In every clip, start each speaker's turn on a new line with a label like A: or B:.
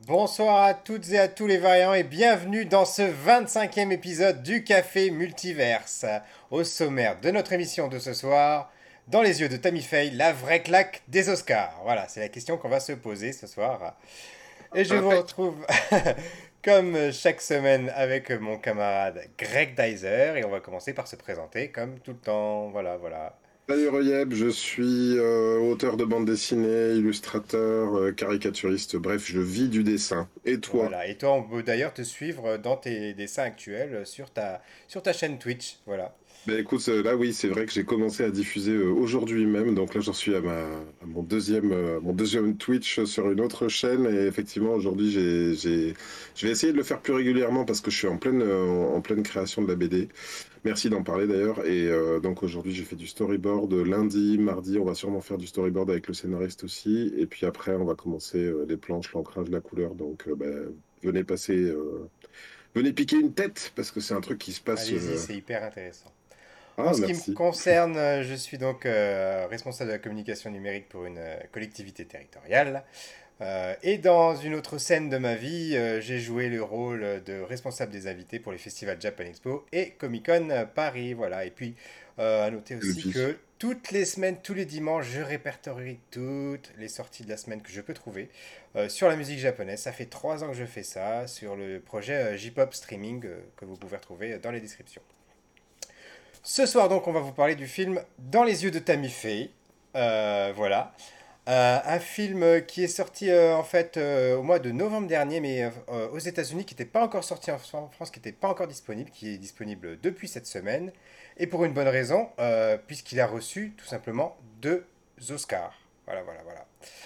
A: Bonsoir à toutes et à tous les variants et bienvenue dans ce 25e épisode du Café Multiverse. Au sommaire de notre émission de ce soir, dans les yeux de Tammy Faye, la vraie claque des Oscars. Voilà, c'est la question qu'on va se poser ce soir. Et je vous retrouve comme chaque semaine avec mon camarade Greg Dyser et on va commencer par se présenter comme tout le temps. Voilà, voilà.
B: Salut Royeb, je suis auteur de bande dessinée, illustrateur, caricaturiste, bref, je vis du dessin. Et toi?
A: Voilà, et toi, on peut d'ailleurs te suivre dans tes dessins actuels sur ta chaîne Twitch. Voilà.
B: Ben écoute, là oui, c'est vrai que j'ai commencé à diffuser aujourd'hui même, donc là j'en suis à mon deuxième Twitch sur une autre chaîne, et effectivement aujourd'hui je vais essayer de le faire plus régulièrement parce que je suis en pleine création de la BD. Merci d'en parler d'ailleurs, et donc aujourd'hui j'ai fait du storyboard lundi, mardi, on va sûrement faire du storyboard avec le scénariste aussi, et puis après on va commencer les planches, l'ancrage, la couleur, donc venez passer, venez piquer une tête parce que c'est un truc qui se passe.
A: Allez-y, c'est hyper intéressant. En
B: Ah,
A: ce qui me
B: merci.
A: concerne, je suis donc responsable de la communication numérique pour une collectivité territoriale. Et dans une autre scène de ma vie, j'ai joué le rôle de responsable des invités pour les festivals Japan Expo et Comic Con Paris. Voilà. Et puis, à noter
B: Quelle
A: aussi
B: vie.
A: que toutes les semaines, tous les dimanches, je répertorie toutes les sorties de la semaine que je peux trouver sur la musique japonaise. Ça fait 3 ans que je fais ça sur le projet J-Pop Streaming que vous pouvez retrouver dans les descriptions. Ce soir donc on va vous parler du film Dans les yeux de Tammy Faye. Voilà. Un film qui est sorti en fait au mois de novembre dernier, mais aux États-Unis, qui n'était pas encore sorti en France, qui n'était pas encore disponible, qui est disponible depuis cette semaine, et pour une bonne raison, puisqu'il a reçu tout simplement 2 Oscars. Voilà, voilà, voilà.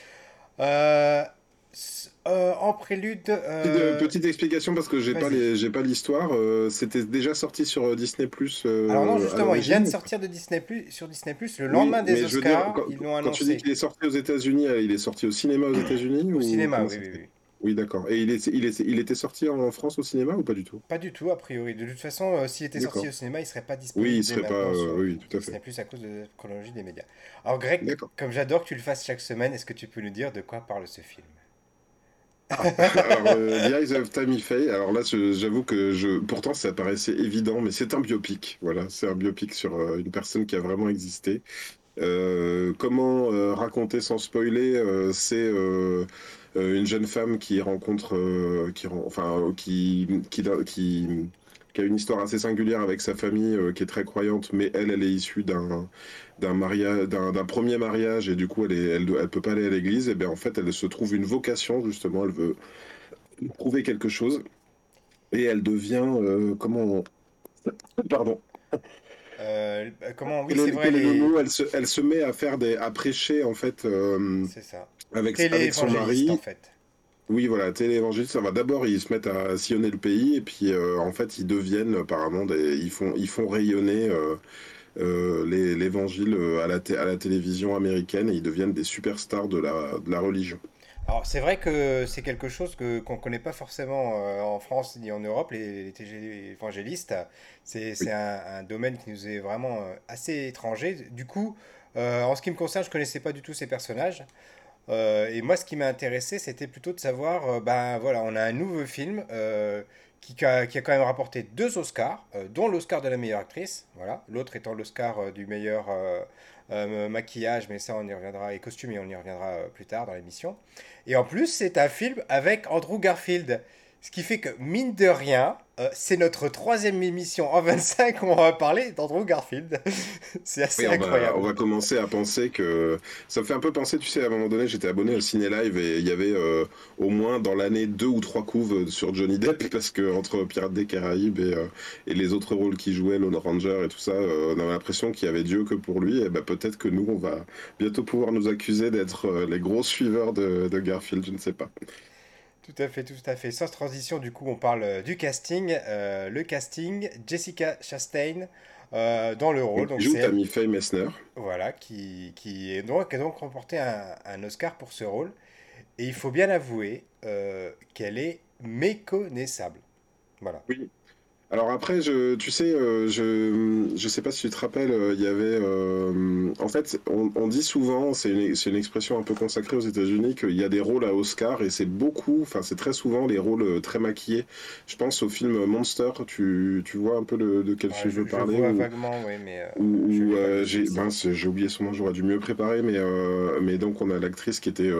A: En prélude,
B: Petite explication parce que
A: vas-y.
B: j'ai pas l'histoire. C'était déjà sorti sur Disney Plus
A: Alors non,
B: à
A: justement, il vient de
B: l'origine.
A: sortir de Disney+, sur Disney+, le
B: Oui,
A: lendemain des
B: mais je veux dire,
A: Oscars, ils l'ont
B: quand tu dis
A: annoncé.
B: qu'il est sorti aux États-Unis, il est sorti au cinéma aux États-Unis
A: Au
B: ou
A: cinéma,
B: comment
A: oui,
B: ça
A: oui,
B: se fait?
A: oui.
B: Oui, d'accord. Et il était sorti en France au cinéma ou pas du tout?
A: Pas du tout, a priori. De toute façon, s'il était sorti
B: D'accord.
A: au cinéma, il serait pas
B: Oui, il
A: disponible dès
B: serait pas.
A: maintenant sur
B: Oui, tout à fait.
A: Disney+, à cause de la chronologie des médias. Alors Greg,
B: D'accord.
A: comme j'adore que tu le fasses chaque semaine, est-ce que tu peux nous dire de quoi parle ce film?
B: Ah, alors, The Eyes of Tammy Faye. Alors là, j'avoue que pourtant ça paraissait évident, mais c'est un biopic. Voilà, c'est un biopic sur une personne qui a vraiment existé. Comment raconter sans spoiler c'est une jeune femme qui rencontre, enfin, qui a une histoire assez singulière avec sa famille, qui est très croyante, mais elle est issue d'un premier mariage et du coup elle peut pas aller à l'église. Et bien en fait, elle se trouve une vocation justement. Elle veut prouver quelque chose et elle devient pardon.
A: Comment? Oui, c'est vrai,
B: Que les nounous, elle se met à à prêcher en fait
A: c'est ça.
B: avec son
A: Téléévangéliste, en
B: mari.
A: fait.
B: Oui, voilà, télévangéliste, ça va. D'abord, ils se mettent à sillonner le pays et puis en fait, ils deviennent apparemment ils font rayonner l'évangile à la télévision américaine et ils deviennent des superstars de la religion.
A: Alors, c'est vrai que c'est quelque chose qu'on ne connaît pas forcément en France ni en Europe, les évangélistes. C'est
B: Oui.
A: un domaine qui nous est vraiment assez étranger. Du coup, en ce qui me concerne, je ne connaissais pas du tout ces personnages. Et moi, ce qui m'a intéressé, c'était plutôt de savoir, ben voilà, on a un nouveau film qui a quand même rapporté 2 Oscars, dont l'Oscar de la meilleure actrice, voilà, l'autre étant l'Oscar du meilleur maquillage, mais ça on y reviendra, et costume, et on y reviendra plus tard dans l'émission. Et en plus, c'est un film avec Andrew Garfield, ce qui fait que, mine de rien, c'est notre troisième émission en 25 où on va parler d'Andrew Garfield. C'est
B: Oui,
A: assez
B: on
A: incroyable.
B: va commencer à penser que ça me fait un peu penser, tu sais, à un moment donné, j'étais abonné au Ciné Live et il y avait au moins dans l'année deux ou trois couves sur Johnny Depp parce que entre Pirates des Caraïbes et les autres rôles qu'il jouait, Lone Ranger et tout ça, on avait l'impression qu'il y avait Dieu que pour lui. Et ben peut-être que nous, on va bientôt pouvoir nous accuser d'être les gros suiveurs de Garfield, je ne sais pas.
A: Tout à fait, tout à fait. Sans transition, du coup, on parle du casting. Le casting, Jessica Chastain dans le rôle,
B: Donc,
A: donc
B: il joue
A: c'est elle,
B: Tammy Faye Messner.
A: voilà, qui a donc remporté un Oscar pour ce rôle. Et il faut bien avouer qu'elle est méconnaissable. Voilà.
B: Oui. Alors après, tu sais, je sais pas si tu te rappelles, il y avait, en fait, on dit souvent, c'est une expression un peu consacrée aux États-Unis, qu'il y a des rôles à Oscar et c'est beaucoup, enfin c'est très souvent les rôles très maquillés. Je pense au film Monster, tu vois un peu de quel
A: Ouais,
B: film je veux
A: je
B: parler
A: vois
B: ou
A: vaguement, oui, mais je
B: où
A: l'ai pas vu
B: j'ai
A: celui-ci.
B: mince, j'ai oublié son nom, j'aurais dû mieux préparer, mais donc on a l'actrice qui était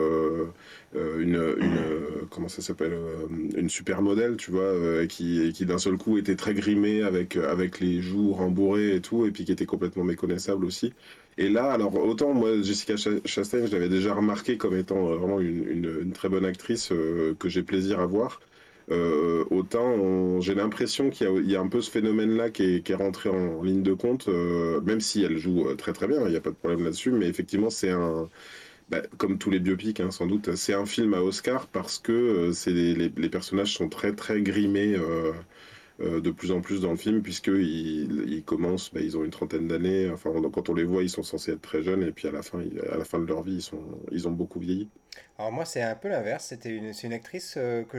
B: comment ça s'appelle, une supermodèle, tu vois, qui d'un seul coup était très grimée avec les joues rembourrées et tout, et puis qui était complètement méconnaissable aussi. Et là, alors autant moi, Jessica Chastain, je l'avais déjà remarqué comme étant vraiment une très bonne actrice que j'ai plaisir à voir. Autant j'ai l'impression il y a un peu ce phénomène-là qui est rentré en ligne de compte, même si elle joue très très bien, il n'y a pas de problème là-dessus, mais effectivement c'est comme tous les biopics hein, sans doute, c'est un film à Oscar parce que les personnages sont très très grimés de plus en plus dans le film, puisqu'ils commencent, ils ont une trentaine d'années, enfin quand on les voit ils sont censés être très jeunes, et puis à la fin de leur vie ils ont beaucoup vieilli.
A: Alors moi, c'est un peu l'inverse. C'est une actrice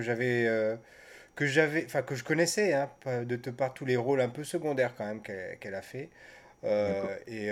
A: enfin que je connaissais, hein, de par tous les rôles un peu secondaires quand même qu'elle a fait.
B: D'accord.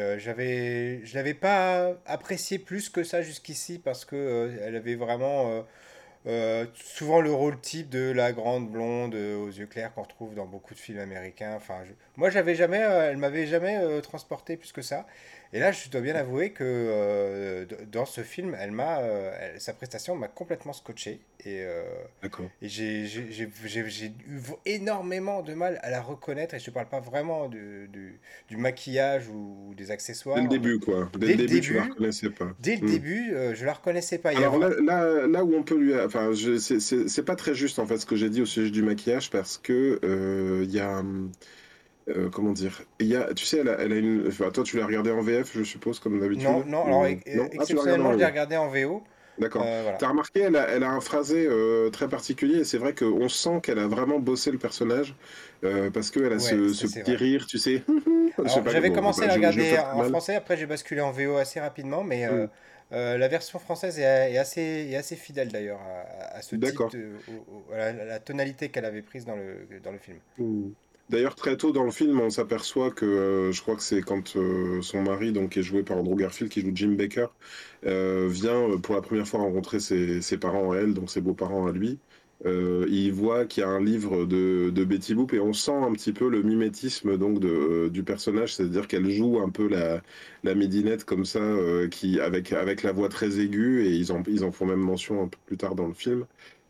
A: Je l'avais pas apprécié plus que ça jusqu'ici parce que elle avait vraiment souvent le rôle type de la grande blonde aux yeux clairs qu'on retrouve dans beaucoup de films américains. Enfin, moi, elle m'avait jamais transporté plus que ça. Et là, je dois bien avouer que dans ce film, sa prestation m'a complètement scotché.
B: D'accord.
A: Et j'ai eu énormément de mal à la reconnaître. Et je ne parle pas vraiment du maquillage ou des
B: Dès le
A: accessoires.
B: début, quoi. Dès
A: Dès
B: le
A: le
B: début, tu la
A: début,
B: reconnaissais pas.
A: dès le
B: Hmm.
A: début, je la reconnaissais pas.
B: Alors là où on peut lui, enfin, c'est pas très juste en fait ce que j'ai dit au sujet du maquillage parce que il y a, comment dire, tu sais, elle a une, enfin, toi tu l'as regardé en VF, je suppose, comme
A: Non,
B: d'habitude,
A: non, alors
B: ou non? Ah, tu l'as regardé
A: exceptionnellement,
B: en
A: je l'ai
B: VF.
A: regardé en VO.
B: D'accord.
A: Voilà.
B: T'as remarqué, elle a un phrasé très particulier et c'est vrai qu'on sent qu'elle a vraiment bossé le personnage parce qu'elle a
A: Ouais,
B: ce
A: c'est
B: petit
A: vrai.
B: rire, tu sais. Je sais
A: Alors,
B: pas
A: j'avais
B: comment,
A: commencé à la
B: je le
A: regarder
B: fais très
A: en
B: mal.
A: français, après j'ai basculé en VO assez rapidement, mais
B: Hmm.
A: la version française est assez fidèle d'ailleurs à ce type
B: D'accord.
A: de, à la tonalité qu'elle avait prise dans le film.
B: Hmm. D'ailleurs, très tôt dans le film, on s'aperçoit que je crois que c'est quand son mari, donc qui est joué par Andrew Garfield, qui joue Jim Baker, vient pour la première fois rencontrer ses parents à elle, donc ses beaux-parents à lui. Il voit qu'il y a un livre de Betty Boop et on sent un petit peu le mimétisme donc du personnage, c'est-à-dire qu'elle joue un peu la midinette comme ça, avec la voix très aiguë et ils en font même mention un peu plus tard dans le film.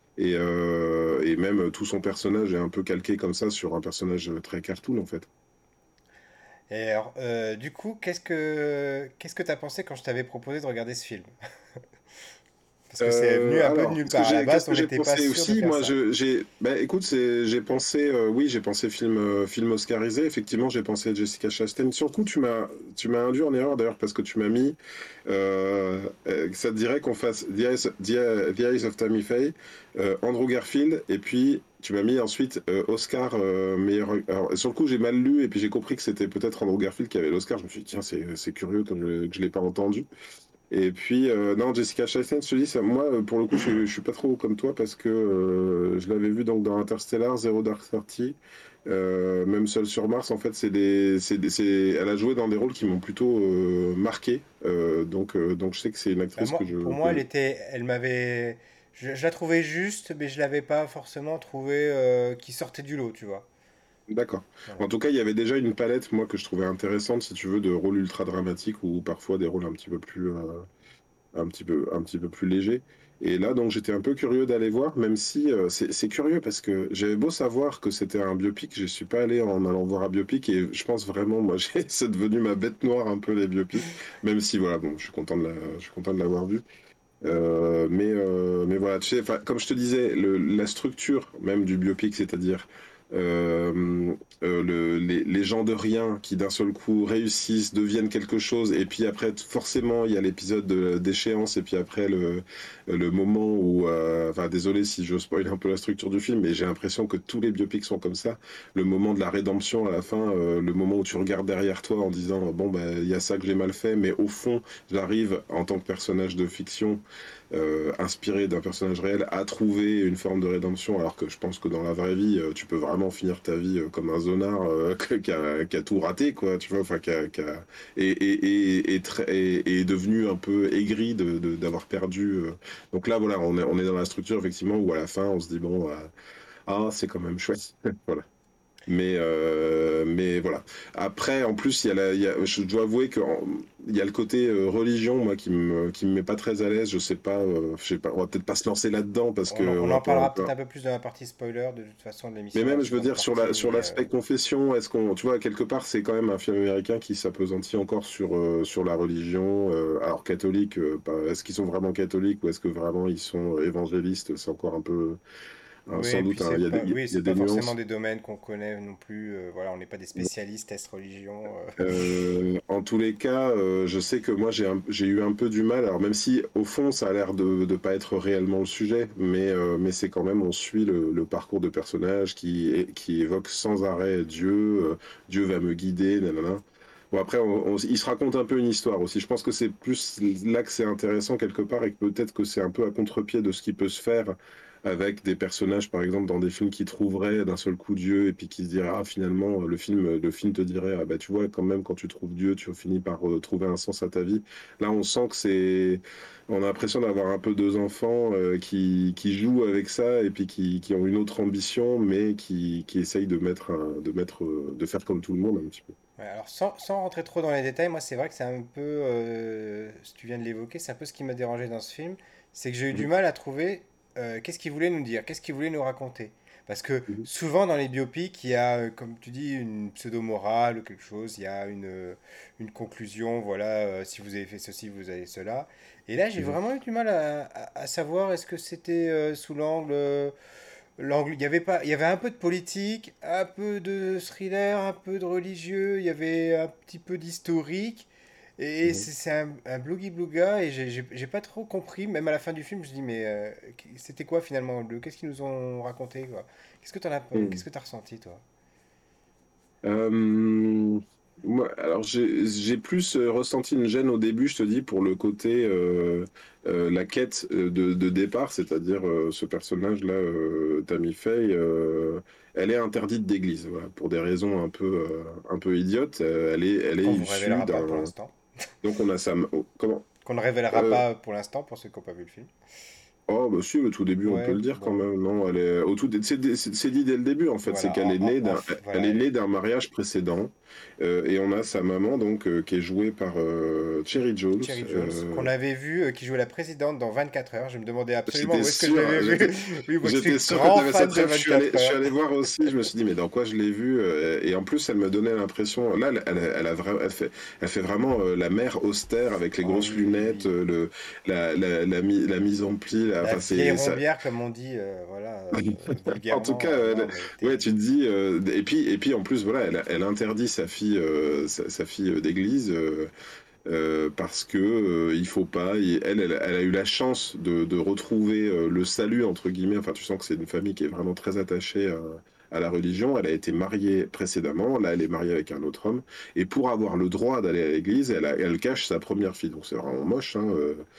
B: Et même tout son personnage est un peu calqué comme ça sur un personnage très cartoon en fait.
A: Et alors, du coup, qu'est-ce que t'as pensé quand je t'avais proposé de regarder ce film? Parce que c'est venu un peu de
B: Alors,
A: nulle part. À la
B: qu'est-ce
A: base, on
B: que j'ai
A: n'était pas
B: pensé
A: sûr de
B: aussi?
A: faire
B: Moi,
A: ça.
B: écoute, j'ai pensé, oui, j'ai pensé film oscarisé. Effectivement, j'ai pensé à Jessica Chastain. Surtout, tu m'as induit en erreur d'ailleurs parce que tu m'as mis, ça te dirait qu'on fasse The Eyes of Tammy Faye, Andrew Garfield, et puis tu m'as mis ensuite Oscar meilleur. Alors, sur le coup, j'ai mal lu et puis j'ai compris que c'était peut-être Andrew Garfield qui avait l'Oscar. Je me suis dit, tiens, c'est curieux que je l'ai pas entendu. Et puis, non, Jessica Chastain, je te dis, ça, moi, pour le coup, je suis pas trop comme toi parce que je l'avais vu donc dans Interstellar, Zero Dark Thirty, même Seul sur Mars, en fait, elle a joué dans des rôles qui m'ont plutôt marqué. Donc, je sais que c'est une
A: Bah,
B: actrice
A: pour moi, elle m'avait, je la trouvais juste, mais je l'avais pas forcément trouvé qui sortait du lot, tu vois.
B: D'accord.
A: Voilà.
B: En tout cas, il y avait déjà une palette, moi, que je trouvais intéressante, si tu veux, de rôles ultra dramatiques ou parfois des rôles un petit peu plus, un petit peu plus léger. Et là, donc, j'étais un peu curieux d'aller voir, même si c'est curieux parce que j'avais beau savoir que c'était un biopic, je suis pas allé en allant voir un biopic et je pense vraiment, moi, c'est devenu ma bête noire un peu les biopics, même si voilà, bon, je suis content de l'avoir vu. Mais voilà, tu sais, enfin, comme je te disais, la structure même du biopic, c'est-à-dire euh, les gens de rien qui d'un seul coup réussissent, deviennent quelque chose, et puis après, forcément, il y a l'épisode d'échéance, et puis après le moment où, enfin, désolé si je spoil un peu la structure du film, mais j'ai l'impression que tous les biopics sont comme ça. Le moment de la rédemption à la fin, le moment où tu regardes derrière toi en disant, bon, bah, il y a ça que j'ai mal fait, mais au fond, j'arrive en tant que personnage de fiction inspiré d'un personnage réel a trouvé une forme de rédemption, alors que je pense que dans la vraie vie, tu peux vraiment finir ta vie comme un zonard qui a tout raté, quoi, tu vois, enfin, et est devenu un peu aigri d'avoir perdu. Donc là, voilà, on est dans la structure, effectivement, où à la fin, on se dit, bon, ah, c'est quand même chouette. Voilà. Mais voilà. Après, en plus, je dois avouer il y a le côté religion, moi, qui me met pas très à l'aise. Je sais pas, on va peut-être pas se lancer là-dedans parce que
A: On
B: on va
A: en
B: pas
A: parlera peut-être
B: encore.
A: un peu plus dans la partie spoiler de toute façon de
B: Mais
A: l'émission, la
B: même, je veux
A: seconde
B: dire,
A: partie,
B: sur
A: mais
B: l'aspect confession, est-ce qu'on, tu vois, quelque part, c'est quand même un film américain qui s'appesantit encore sur la religion. Alors, catholique, est-ce qu'ils sont vraiment catholiques ou est-ce que vraiment ils sont évangélistes? C'est encore un peu,
A: oui,
B: sans
A: et puis
B: doute, hein,
A: c'est pas, oui,
B: il y a
A: c'est pas
B: des
A: forcément
B: nuances.
A: des domaines qu'on connaît non plus. Voilà, on n'est pas des spécialistes test religion.
B: En tous les cas, je sais que moi j'ai eu un peu du mal. Alors même si au fond ça a l'air de ne pas être réellement le sujet, mais c'est quand même on suit le parcours de personnages qui évoque sans arrêt Dieu. Dieu va me guider, nanana. Bon après il se raconte un peu une histoire aussi. Je pense que c'est plus là que c'est intéressant quelque part et que peut-être que c'est un peu à contre-pied de ce qui peut se faire avec des personnages, par exemple, dans des films qui trouveraient d'un seul coup Dieu et puis qui se diraient, ah, finalement, le film te dirait, ah, bah, tu vois, quand même, quand tu trouves Dieu, tu finis par trouver un sens à ta vie. Là, on sent que on a l'impression d'avoir un peu deux enfants qui jouent avec ça et puis qui ont une autre ambition, mais qui essayent de faire comme tout le monde un petit peu.
A: Ouais, alors sans rentrer trop dans les détails, moi c'est vrai que c'est un peu, si tu viens de l'évoquer, c'est un peu ce qui m'a dérangé dans ce film, c'est que j'ai eu du
B: Mhm,
A: mal à trouver qu'est-ce qu'il voulait nous dire, qu'est-ce qu'il voulait nous raconter. Parce que
B: mhm,
A: souvent dans les biopics, il y a, comme tu dis, une pseudo-morale ou quelque chose, il y a une conclusion, voilà, si vous avez fait ceci, vous avez cela. Et là, j'ai
B: mhm,
A: vraiment eu du mal à savoir est-ce que c'était sous l'angle, il y avait pas, il y avait un peu de politique, un peu de thriller, un peu de religieux, il y avait un petit peu d'historique. Et
B: mhm.
A: c'est un bloggy-bloga et j'ai pas trop compris, même à la fin du film, je dis mais c'était quoi finalement qu'est-ce qu'ils nous ont raconté quoi? Qu'est-ce
B: Mhm.
A: que t'as ressenti toi?
B: Euh, alors j'ai plus ressenti une gêne au début, je te dis, pour le côté la quête de départ, c'est-à-dire ce personnage-là, Tammy Faye, elle est interdite d'église, voilà, pour des raisons un peu idiotes. Elle est
A: Qu'on vous
B: issue
A: révélera pas pour
B: d'un.
A: l'instant.
B: Donc on a ça. Comment?
A: Qu'on ne révélera
B: Euh,
A: pas pour l'instant pour ceux qui n'ont pas vu le film.
B: Oh, bah si, au tout début, on peut
A: Ouais,
B: le dire quand
A: bon,
B: même. Non, c'est dit dès le début, en fait. C'est
A: voilà,
B: qu'elle est née elle
A: voilà,
B: est née d'un mariage précédent. Et on a sa maman, donc, qui est jouée par Cherry Jones.
A: Cherry Jones, qu'on avait vu, qui jouait la présidente dans 24 heures. Je me demandais absolument
B: J'étais
A: où est-ce que je
B: sûr,
A: l'avais vu. Oui, moi je suis
B: j'étais sûr que tu
A: grand
B: avais
A: fan
B: cette
A: de
B: rêve.
A: 24
B: Je suis
A: heures.
B: allé voir aussi. Je me suis dit, mais dans quoi je l'ai vu? Et en plus, elle me donnait l'impression. Là, elle fait vraiment la mère austère avec les
A: Oh
B: grosses
A: oui, oui,
B: lunettes,
A: oui.
B: la mise en pli. Là.
A: La
B: Enfin,
A: vieille
B: c'est ça.
A: rombière, comme on dit, voilà,
B: En tout
A: vulgairement.
B: cas,
A: Non, mais
B: ouais, tu te dis, et puis en plus, voilà, elle interdit sa fille, sa fille d'église parce que il faut pas. Elle a eu la chance de retrouver le salut entre guillemets. Enfin, tu sens que c'est une famille qui est vraiment très attachée à la religion. Elle a été mariée précédemment. Là, elle est mariée avec un autre homme. Et pour avoir le droit d'aller à l'église, elle cache sa première fille. Donc c'est vraiment moche. Hein,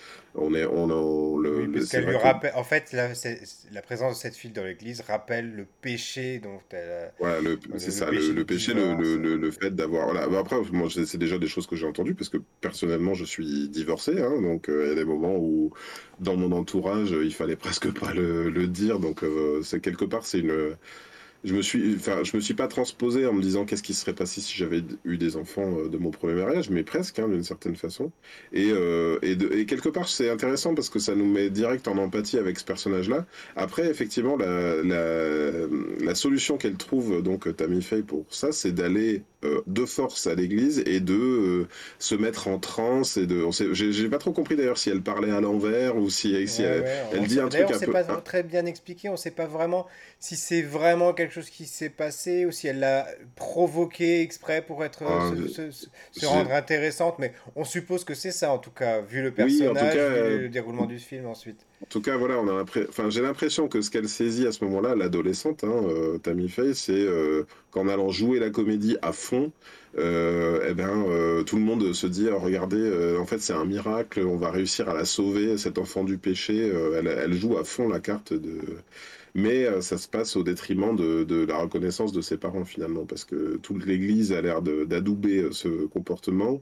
A: oui, parce
B: c'est
A: qu'elle lui
B: vrai que
A: rappelle. En fait, la présence de cette fille dans l'église rappelle le péché dont
B: voilà, c'est
A: le
B: ça,
A: péché du
B: le péché,
A: divorce.
B: le fait d'avoir. Voilà. Bah, après, moi, c'est déjà des choses que j'ai entendues, parce que personnellement, je suis divorcé, hein, donc il y a des moments où, dans mon entourage, il fallait presque pas le dire, donc c'est quelque part, c'est une. Je me suis pas transposé en me disant qu'est-ce qui se serait passé si j'avais eu des enfants de mon premier mariage, mais presque, hein, d'une certaine façon. Et quelque part, c'est intéressant parce que ça nous met direct en empathie avec ce personnage-là. Après, effectivement, la solution qu'elle trouve, donc Tammy Faye, pour ça, c'est d'aller de force à l'église et de se mettre en transe. J'ai pas trop compris d'ailleurs si elle parlait à l'envers ou si
A: Ouais, ouais.
B: elle dit un truc
A: D'ailleurs, on
B: un
A: sait
B: peu.
A: pas très bien expliqué. On sait pas vraiment si c'est vraiment quelque chose qui s'est passé ou si elle l'a provoqué exprès pour être,
B: Ah,
A: se
B: j'ai-
A: rendre intéressante, mais on suppose que c'est ça en tout cas, vu le
B: oui,
A: personnage, vu le déroulement du film ensuite.
B: en tout cas, voilà, enfin, j'ai l'impression que ce qu'elle saisit à ce moment-là, l'adolescente, hein, Tammy Faye, c'est qu'en allant jouer la comédie à fond, eh ben, tout le monde se dit, regardez, en fait, c'est un miracle, on va réussir à la sauver, cet enfant du péché. Elle joue à fond la carte de. Mais ça se passe au détriment de la reconnaissance de ses parents finalement, parce que toute l'Église a l'air d'adouber ce comportement.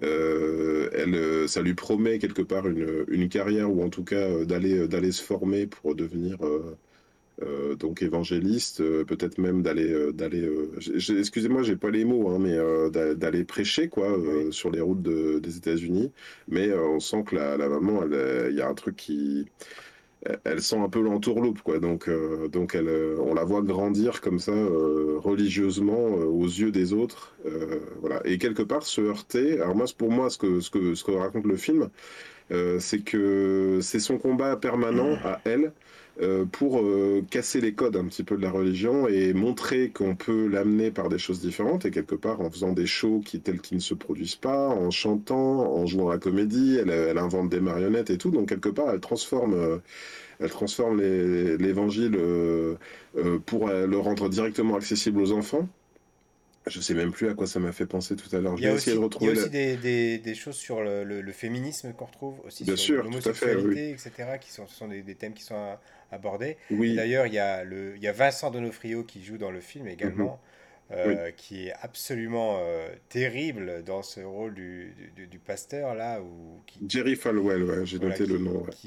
B: Ça lui promet quelque part une carrière ou en tout cas d'aller se former pour devenir donc évangéliste, peut-être même excusez-moi, j'ai pas les mots, hein, mais d'aller prêcher quoi
A: Oui.
B: sur les routes des États-Unis. Mais on sent que la maman, il y a un truc elle sent un peu l'entourloupe, quoi. Donc on la voit grandir comme ça, religieusement, aux yeux des autres. Voilà. Et quelque part, se heurter. Alors, moi, pour moi, ce que raconte le film, c'est que c'est son combat permanent à elle. Pour casser les codes un petit peu de la religion et montrer qu'on peut l'amener par des choses différentes et quelque part en faisant des shows tels qu'ils ne se produisent pas, en chantant, en jouant à la comédie, elle invente des marionnettes et tout, donc quelque part elle transforme l'évangile pour le rendre directement accessible aux enfants. Je sais même plus à quoi ça m'a fait penser tout à l'heure. Je vais essayer de
A: Il y a
B: retrouver
A: aussi des choses sur le féminisme qu'on retrouve, aussi
B: Bien
A: sur
B: sûr, tout à fait, oui.
A: l'homosexualité, etc., ce sont des thèmes qui sont abordés. Et
B: Oui.
A: d'ailleurs, il y a Vincent Donofrio qui joue dans le film
B: Mhm.
A: également,
B: Oui.
A: qui est absolument terrible dans ce rôle du pasteur, là,
B: Jerry Falwell, ouais, j'ai
A: voilà,
B: noté le nom, ouais.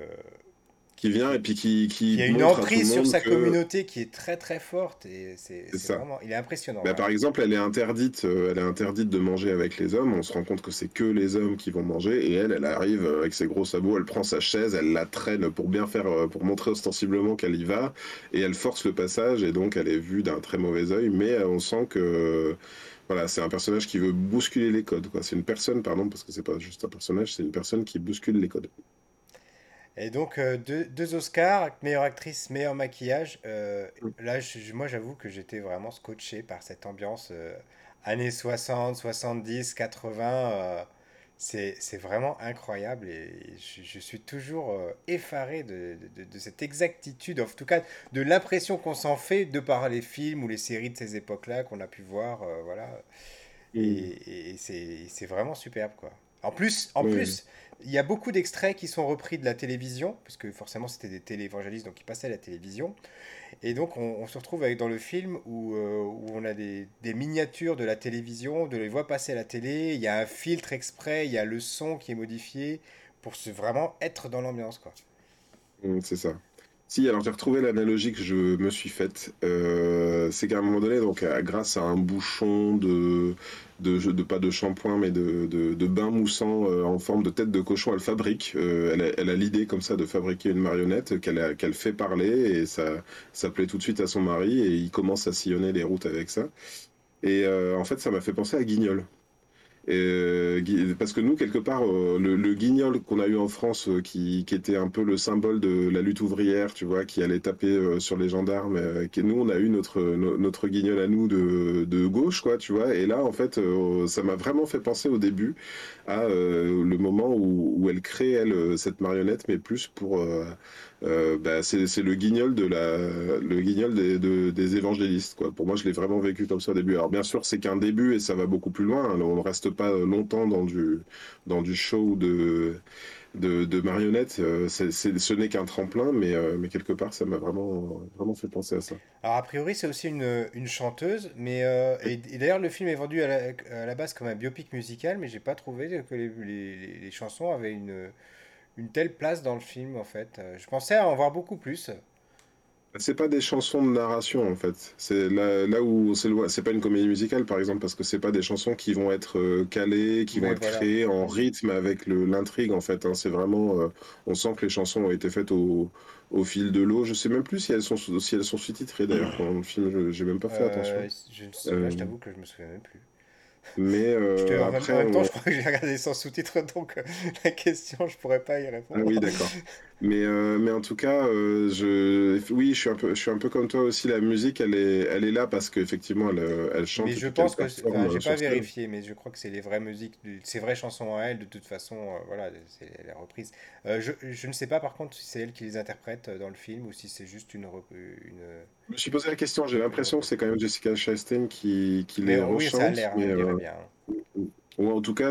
B: Qui vient et
A: qui,
B: puis qui
A: qui a une
B: montre à tout le
A: emprise sur
B: monde
A: sa
B: que
A: communauté qui est très très forte, et
B: c'est
A: c'est
B: ça.
A: vraiment, il est impressionnant,
B: Bah,
A: vraiment.
B: par exemple, elle est interdite de manger avec les hommes. On se rend compte que c'est que les hommes qui vont manger. Et elle arrive avec ses gros sabots, elle prend sa chaise, elle la traîne pour bien faire, pour montrer ostensiblement qu'elle y va. Et elle force le passage. Et donc, elle est vue d'un très mauvais œil. Mais on sent que, voilà, c'est un personnage qui veut bousculer les codes, quoi. C'est une personne, pardon, parce que c'est pas juste un personnage, c'est une personne qui bouscule les codes.
A: Et donc, deux Oscars, meilleure actrice, meilleur maquillage. Là, moi, j'avoue que j'étais vraiment scotché par cette ambiance années 60, 70, 80. C'est vraiment incroyable et je suis toujours effaré de cette exactitude, en tout cas de l'impression qu'on s'en fait de par les films ou les séries de ces époques-là qu'on a pu voir. Voilà.
B: Mm.
A: Et c'est vraiment superbe, quoi. En
B: Oui.
A: plus, il y a beaucoup d'extraits qui sont repris de la télévision, parce que forcément c'était des téléévangélistes, donc ils passaient à la télévision. Et donc on se retrouve avec dans le film où on a des miniatures de la télévision, de les voix passer à la télé, il y a un filtre exprès, il y a le son qui est modifié pour vraiment être dans l'ambiance, quoi.
B: C'est ça. Si, alors j'ai retrouvé l'analogie que je me suis faite. C'est qu'à un moment donné, donc grâce à un bouchon pas de shampoing, mais de bain moussant en forme de tête de cochon, elle fabrique. Elle a l'idée comme ça de fabriquer une marionnette qu'elle fait parler et ça plaît tout de suite à son mari et il commence à sillonner les routes avec ça. Et en fait, ça m'a fait penser à Guignol. Parce que nous, quelque part, le guignol qu'on a eu en France, qui était un peu le symbole de la lutte ouvrière, tu vois, qui allait taper sur les gendarmes, nous, on a eu notre guignol à nous de gauche, quoi, tu vois. Et là, en fait, ça m'a vraiment fait penser au début à le moment où elle crée, elle, cette marionnette, mais plus pour. Bah, c'est le guignol des évangélistes, quoi. Pour moi, je l'ai vraiment vécu comme ça au début. Alors, bien sûr, c'est qu'un début et ça va beaucoup plus loin, hein. On ne reste pas longtemps dans du show de marionnettes. Ce n'est qu'un tremplin, mais quelque part, ça m'a vraiment, vraiment fait penser à ça.
A: Alors a priori c'est aussi une chanteuse, mais et d'ailleurs le film est vendu à la base comme un biopic musical, mais j'ai pas trouvé que les chansons avaient une telle place dans le film en fait. Je pensais en voir beaucoup plus.
B: C'est pas des chansons de narration en fait. C'est là où c'est pas une comédie musicale par exemple parce que c'est pas des chansons qui vont être calées, qui vont
A: Mais
B: être
A: voilà.
B: créées en rythme avec l'intrigue en fait, hein. C'est vraiment, on sent que les chansons ont été faites au fil de l'eau. Je sais même plus si elles sont sous-titrées d'ailleurs pendant le film. J'ai même pas fait attention.
A: Là
B: Euh,
A: je t'avoue que je me souviens même plus.
B: Mais
A: En
B: après,
A: même temps, je crois que j'ai regardé sans sous-titres, donc la question, je pourrais pas y
B: ah
A: répondre.
B: oui, d'accord. Mais en tout cas, oui, je suis un peu comme toi aussi. La musique, elle est là parce qu'effectivement, elle
A: Mais
B: chante et
A: je
B: puis qu'elle
A: pense que, enfin,
B: performe
A: j'ai pas
B: sur scène.
A: vérifié, mais je crois que c'est les vraies musiques, ces vraies chansons à elle, de toute façon, voilà, c'est les reprises. Je ne sais pas par contre si c'est elle qui les interprète dans le film ou si c'est juste
B: Je me suis posé la question, j'ai
A: une
B: l'impression que
A: reprise.
B: c'est quand même Jessica Chastain qui
A: Mais
B: les
A: oui, ça a
B: rechante,
A: l'air, hein,
B: mais
A: on dirait bien, hein.
B: ou en tout cas,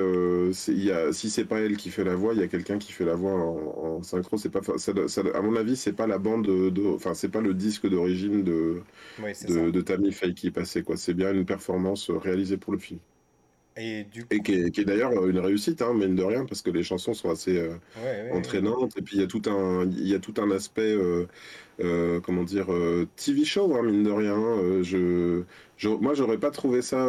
B: si c'est pas elle qui fait la voix, il y a quelqu'un qui fait la voix en synchro. C'est pas, à mon avis, c'est pas la bande enfin, c'est pas le disque d'origine
A: Oui, c'est ça.
B: de Tammy Faye qui est passé, quoi. C'est bien une performance réalisée pour le film.
A: Et du
B: Et
A: coup,
B: qui est d'ailleurs une réussite, hein, mine de rien, parce que les chansons sont assez
A: ouais, ouais, ouais.
B: entraînantes. Et puis il y a tout un aspect, comment dire, TV show, hein, mine de rien. Moi, j'aurais pas trouvé ça.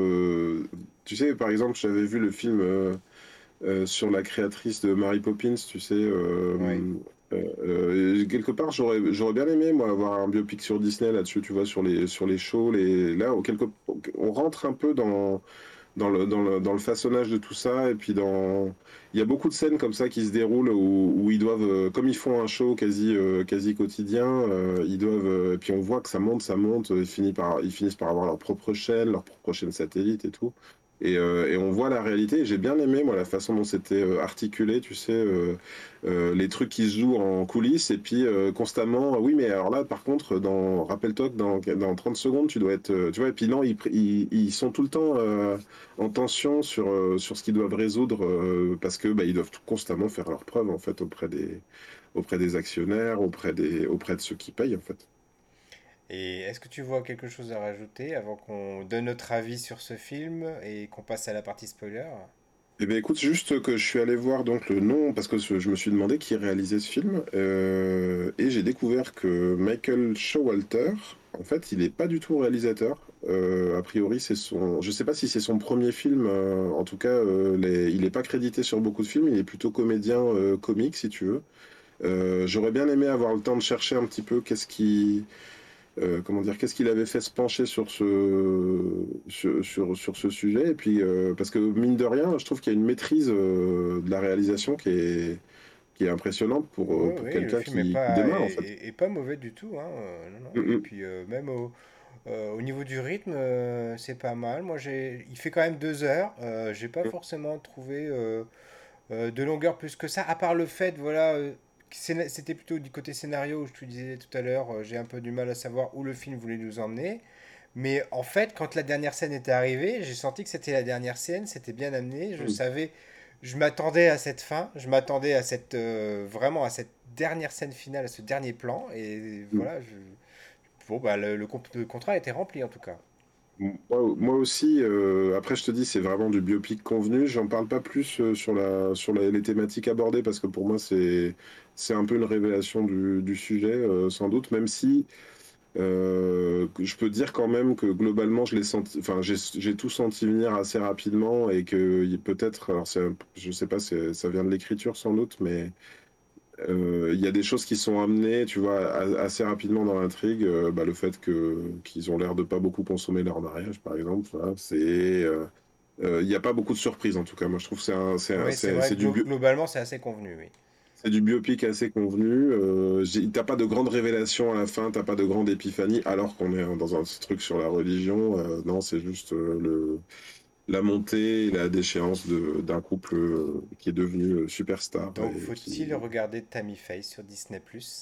B: Tu sais, par exemple, j'avais vu le film sur la créatrice de Mary Poppins, tu sais.
A: Ouais.
B: Quelque part, j'aurais bien aimé, moi, avoir un biopic sur Disney là-dessus, tu vois, sur les shows. Là, on rentre un peu dans le façonnage de tout ça. Et puis il y a beaucoup de scènes comme ça qui se déroulent où ils doivent, comme ils font un show quasi quotidien, ils doivent, et puis on voit que ça monte, ils finissent par avoir leur propre chaîne satellite et tout. Et on voit la réalité. J'ai bien aimé, moi, la façon dont c'était articulé, tu sais, les trucs qui se jouent en coulisses, et puis constamment, oui, mais alors là, par contre, rappelle-toi que dans 30 secondes, tu dois être, tu vois, et puis non, ils sont tout le temps en tension sur ce qu'ils doivent résoudre parce que bah, ils doivent constamment faire leurs preuves en fait auprès des actionnaires, auprès de ceux qui payent en fait.
A: Et est-ce que tu vois quelque chose à rajouter avant qu'on donne notre avis sur ce film et qu'on passe à la partie spoiler?
B: Eh bien, écoute, juste que je suis allé voir donc le nom parce que je me suis demandé qui réalisait ce film et j'ai découvert que Michael Showalter, en fait, il n'est pas du tout réalisateur. A priori, je sais pas si c'est son premier film. En tout cas, il n'est pas crédité sur beaucoup de films. Il est plutôt comédien comique, si tu veux. J'aurais bien aimé avoir le temps de chercher un petit peu comment dire, qu'est-ce qu'il avait fait se pencher sur ce sujet. Et puis, parce que mine de rien, je trouve qu'il y a une maîtrise de la réalisation qui est impressionnante
A: Oui,
B: pour
A: oui, le
B: quelqu'un
A: film est
B: qui
A: pas,
B: démarre, en fait.
A: est pas mauvais du tout, hein, non, non. Et
B: Mm,
A: puis même au niveau du rythme, c'est pas mal. Il fait quand même 2 heures. J'ai pas
B: mm,
A: forcément trouvé de longueur plus que ça, à part le fait, voilà, que c'était plutôt du côté scénario où je te disais tout à l'heure, j'ai un peu du mal à savoir où le film voulait nous emmener. Mais en fait, quand la dernière scène était arrivée, j'ai senti que c'était la dernière scène, c'était bien amené. Je
B: mm.
A: savais, je m'attendais à cette fin, je m'attendais à vraiment à cette dernière scène finale, à ce dernier plan. Et
B: Mm.
A: voilà, bon, bah, le contrat a été rempli en tout cas.
B: Moi aussi, après je te dis, c'est vraiment du biopic convenu. J'en parle pas plus les thématiques abordées parce que pour moi c'est un peu une révélation du sujet sans doute, même si je peux dire quand même que globalement je l'ai senti, enfin j'ai tout senti venir assez rapidement et que peut-être, alors je sais pas, ça vient de l'écriture sans doute, mais il y a des choses qui sont amenées, tu vois, assez rapidement dans l'intrigue. Bah, le fait qu'ils ont l'air de pas beaucoup consommer leur mariage, par exemple, voilà, il n'y a pas beaucoup de surprises en tout cas. Moi, je trouve que
A: Oui, c'est vrai
B: c'est
A: que globalement, c'est assez convenu, oui.
B: c'est du biopic assez convenu. T'as pas de grandes révélations à la fin, t'as pas de grande épiphanie, alors qu'on est dans un truc sur la religion. Non, c'est juste la montée et la déchéance d'un couple qui est devenu superstar
A: Donc,
B: et
A: faut-il regarder Tammy Faye sur Disney+.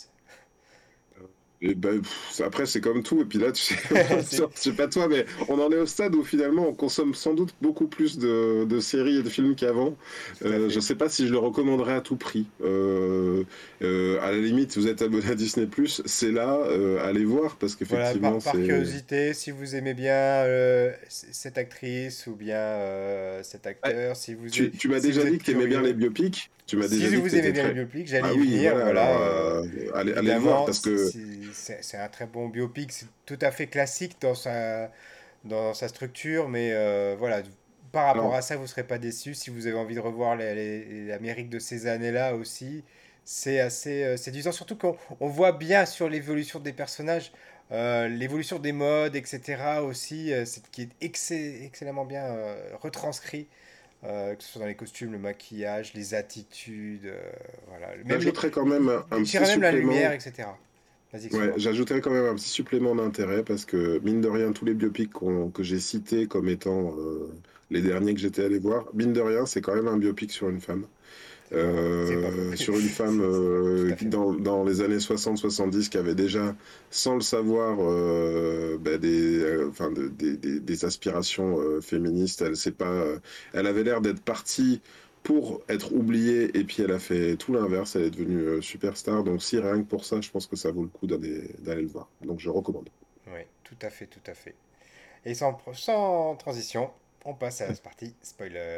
B: Et ben, après, c'est comme tout. Et puis là, tu sais, je
A: C'est
B: sais pas toi, mais on en est au stade où finalement on consomme sans doute beaucoup plus de séries et de films qu'avant.
A: tout à
B: Je
A: fait.
B: sais pas si je le recommanderais à tout prix. À la limite, vous êtes abonné à Disney+, c'est là, allez voir parce
A: Voilà,
B: qu'effectivement,
A: par
B: c'est.
A: curiosité, si vous aimez bien cette actrice ou bien cet
B: Ouais,
A: acteur,
B: tu m'as
A: si vous
B: déjà dit
A: êtes
B: que t'aimais bien les
A: curieux,
B: biopics. Tu m'as déjà
A: si
B: dit que
A: vous aimez
B: t'étais
A: bien les
B: très.
A: biopics, j'allais
B: Ah
A: y
B: oui,
A: venir.
B: voilà. Alors,
A: Voilà,
B: allez le voir
A: évidemment,
B: parce que.
A: c'est un très bon biopic, c'est tout à fait classique dans sa structure, mais voilà, par rapport
B: Alors,
A: à ça, vous ne serez pas déçus. Si vous avez envie de revoir l'Amérique de ces années-là aussi, c'est assez séduisant. Surtout qu'on voit bien sur l'évolution des personnages. L'évolution des modes, etc. aussi, qui est excellemment bien retranscrit, que ce soit dans les costumes, le maquillage, les attitudes, voilà. Même
B: J'ajouterais quand même un petit
A: j'irais même la lumière,
B: supplément.
A: etc. Vas-y,
B: Ouais,
A: excuse-moi.
B: j'ajouterais quand même un petit supplément d'intérêt parce que, mine de rien, tous les biopics que j'ai cités comme étant les derniers que j'étais allé voir, mine de rien, c'est quand même un biopic sur une femme.
A: C'est pas faux.
B: Sur une femme
A: C'est tout à
B: qui,
A: fait vrai.
B: dans les années 60-70 qui avait déjà, sans le savoir, bah, enfin, des aspirations féministes. Elle avait l'air d'être partie pour être oubliée et puis elle a fait tout l'inverse. Elle est devenue superstar. Donc si rien que pour ça, je pense que ça vaut le coup d'aller le voir. Donc je recommande.
A: Oui, tout à fait, tout à fait. Et sans transition, on passe à la partie spoiler.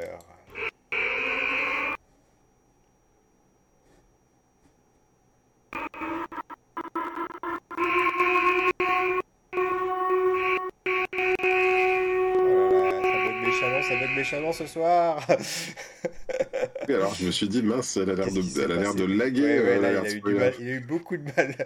A: Oh là là, ça bug méchamment ce soir.
B: Et alors je me suis dit, mince,
A: Qu'est-ce qui s'est
B: elle a l'air de
A: passé?
B: laguer
A: Ouais, ouais, là, il a
B: l'alerte
A: eu du
B: spoiler.
A: mal, il a eu beaucoup de mal.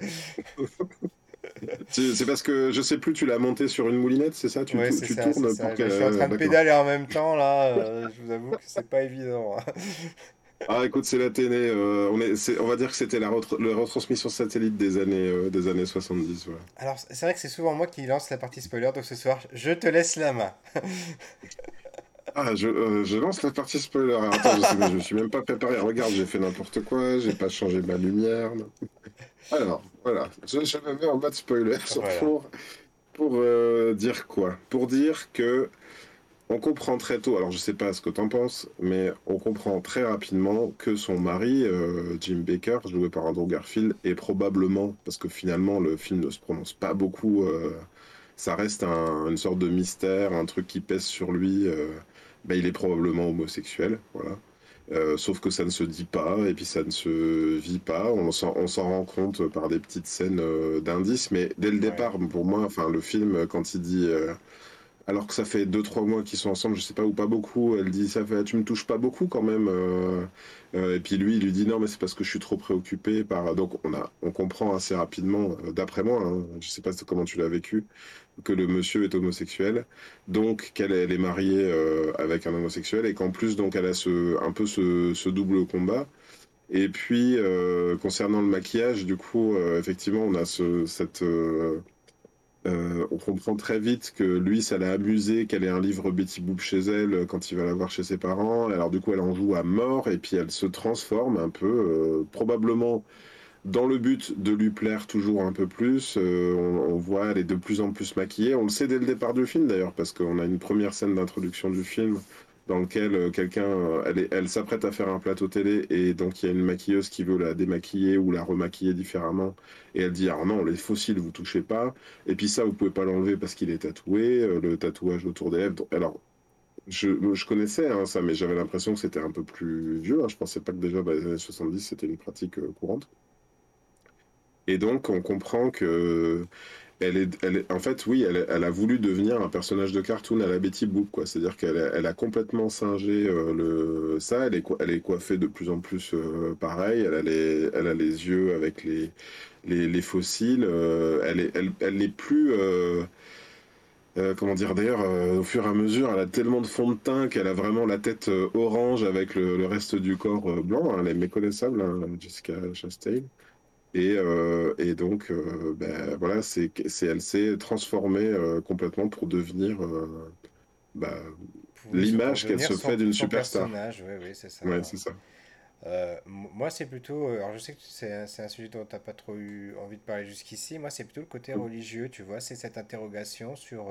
B: C'est parce que je sais plus, tu l'as monté sur une moulinette, c'est ça?
A: Ouais, c'est
B: Tu
A: ça, c'est
B: tournes pour
A: ça. Là, je suis en
B: que.
A: train de
B: D'accord.
A: pédaler en même temps, là. Je vous avoue que c'est pas évident, hein.
B: Ah, écoute, c'est la télé. On va dire que c'était la retransmission satellite des années 70. Voilà.
A: Alors, c'est vrai que c'est souvent moi qui lance la partie spoiler, donc ce soir, je te laisse la main.
B: Ah, je lance la partie spoiler. Alors, attends, je me suis même pas préparé. Regarde, j'ai fait n'importe quoi, j'ai pas changé ma lumière. Alors, voilà, je me mets en mode spoiler
A: Voilà.
B: pour dire quoi? Pour dire que on comprend très tôt, alors je sais pas ce que t'en penses, mais on comprend très rapidement que son mari, Jim Baker, joué par Andrew Garfield, est probablement, parce que finalement le film ne se prononce pas beaucoup, ça reste une sorte de mystère, un truc qui pèse sur lui, bah, il est probablement homosexuel, voilà. Sauf que ça ne se dit pas et puis ça ne se vit pas. On s'en rend compte par des petites scènes d'indices, mais dès le
A: Ouais.
B: départ, pour moi, enfin le film, quand il dit alors que ça fait 2 3 mois qu'ils sont ensemble, je sais pas, ou pas beaucoup. Elle dit, ça fait, tu me touches pas beaucoup quand même. Et puis lui, il lui dit, non, mais c'est parce que je suis trop préoccupé par. Donc on comprend assez rapidement, d'après moi, hein, je sais pas comment tu l'as vécu, que le monsieur est homosexuel, donc elle est mariée avec un homosexuel et qu'en plus, donc elle a un peu ce double combat. Et puis, concernant le maquillage, du coup, effectivement, on a on comprend très vite que lui, ça l'a amusé qu'elle ait un livre Betty Boop chez elle quand il va la voir chez ses parents. Alors du coup, elle en joue à mort et puis elle se transforme un peu, probablement dans le but de lui plaire toujours un peu plus. On voit, elle est de plus en plus maquillée. On le sait dès le départ du film d'ailleurs, parce qu'on a une première scène d'introduction du film dans lequel elle s'apprête à faire un plateau télé et donc il y a une maquilleuse qui veut la démaquiller ou la remaquiller différemment et elle dit ah non les fossiles vous touchez pas et puis ça vous pouvez pas l'enlever parce qu'il est tatoué le tatouage autour des lèvres. Alors je connaissais hein, ça mais j'avais l'impression que c'était un peu plus vieux hein. Je pensais pas que déjà dans les années 70 c'était une pratique courante. Et donc, on comprend que en fait, oui, elle a voulu devenir un personnage de cartoon à la Betty Boop, quoi. C'est-à-dire elle a complètement singé ça. Elle est coiffée de plus en plus pareil. Elle a les yeux avec les fossiles. Elle n'est plus. Comment dire d'ailleurs, au fur et à mesure, elle a tellement de fond de teint qu'elle a vraiment la tête orange avec le reste du corps blanc. Hein. Elle est méconnaissable, hein, Jessica Chastain. Et donc, ben, voilà, elle s'est transformée complètement pour devenir bah,
A: Oui, c'est pour
B: l'image qu'elle
A: devenir
B: se fait d'une
A: son
B: superstar.
A: personnage, oui, oui, c'est ça.
B: Ouais, c'est ça.
A: Moi, c'est plutôt. Alors, je sais que c'est un sujet dont tu n'as pas trop eu envie de parler jusqu'ici. Moi, c'est plutôt le côté religieux, tu vois. C'est cette interrogation sur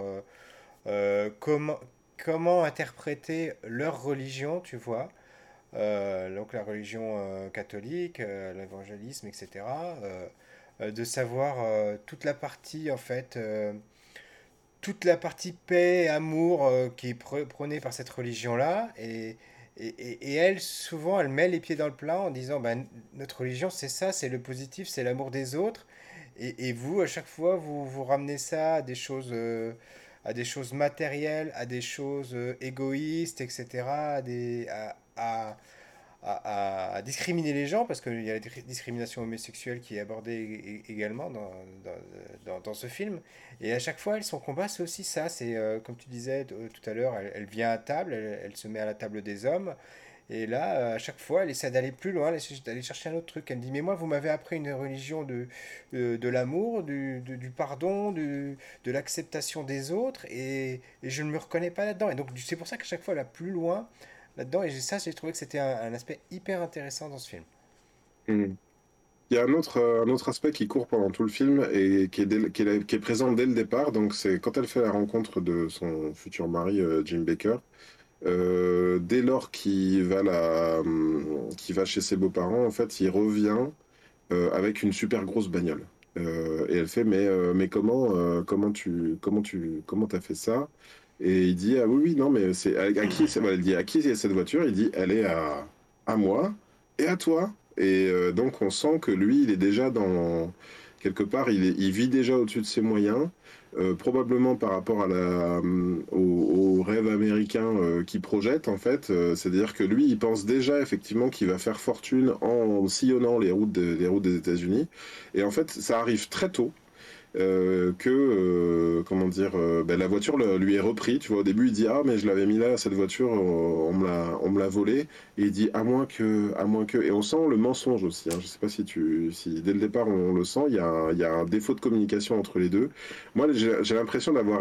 A: comment interpréter leur religion, tu vois. Donc, la religion catholique, l'évangélisme, etc. De savoir toute la partie, en fait. Toute la partie paix, amour qui est prônée par cette religion-là. Et elle, souvent, elle met les pieds dans le plat en disant, ben, notre religion, c'est ça, c'est le positif, c'est l'amour des autres. Et vous, à chaque fois, vous ramenez ça à des choses matérielles, à des choses égoïstes, etc., à discriminer les gens, parce qu'il y a la discrimination homosexuelle qui est abordée également dans ce film. Et à chaque fois, son combat, c'est aussi ça. C'est, comme tu disais tout à l'heure, elle vient à table, elle se met à la table des hommes. Et là, à chaque fois, elle essaie d'aller plus loin, elle essaie d'aller chercher un autre truc. Elle me dit, mais moi, vous m'avez appris une religion de l'amour, du pardon, de l'acceptation des autres, et je ne me reconnais pas là-dedans. Et donc, c'est pour ça qu'à chaque fois, elle va plus loin là-dedans. Et ça, j'ai trouvé que c'était un aspect hyper intéressant dans ce film.
B: Mm. Il y a un autre aspect qui court pendant tout le film et qui est présent dès le départ. Donc, c'est quand elle fait la rencontre de son futur mari, Jim Baker. Dès lors qu'il va chez ses beaux-parents, en fait, il revient avec une super grosse bagnole. Et elle fait, mais comment t'as fait ça? Et il dit, ah oui, oui, non, mais c'est à qui, voilà, elle dit, à qui est cette voiture? Il dit, elle est à moi et à toi. Et donc, on sent que lui, il est déjà quelque part, il vit déjà au-dessus de ses moyens. Probablement par rapport au rêve américain qu'il projette en fait, c'est-à-dire que lui il pense déjà effectivement qu'il va faire fortune en sillonnant les routes des États-Unis et en fait ça arrive très tôt comment dire, ben, la voiture lui est repris. Tu vois, au début, il dit ah mais je l'avais mis là, cette voiture, on me l'a volée. Et il dit à moins que. Et on sent le mensonge aussi. Hein. Je sais pas si dès le départ on le sent, il y a un défaut de communication entre les deux. Moi, j'ai l'impression d'avoir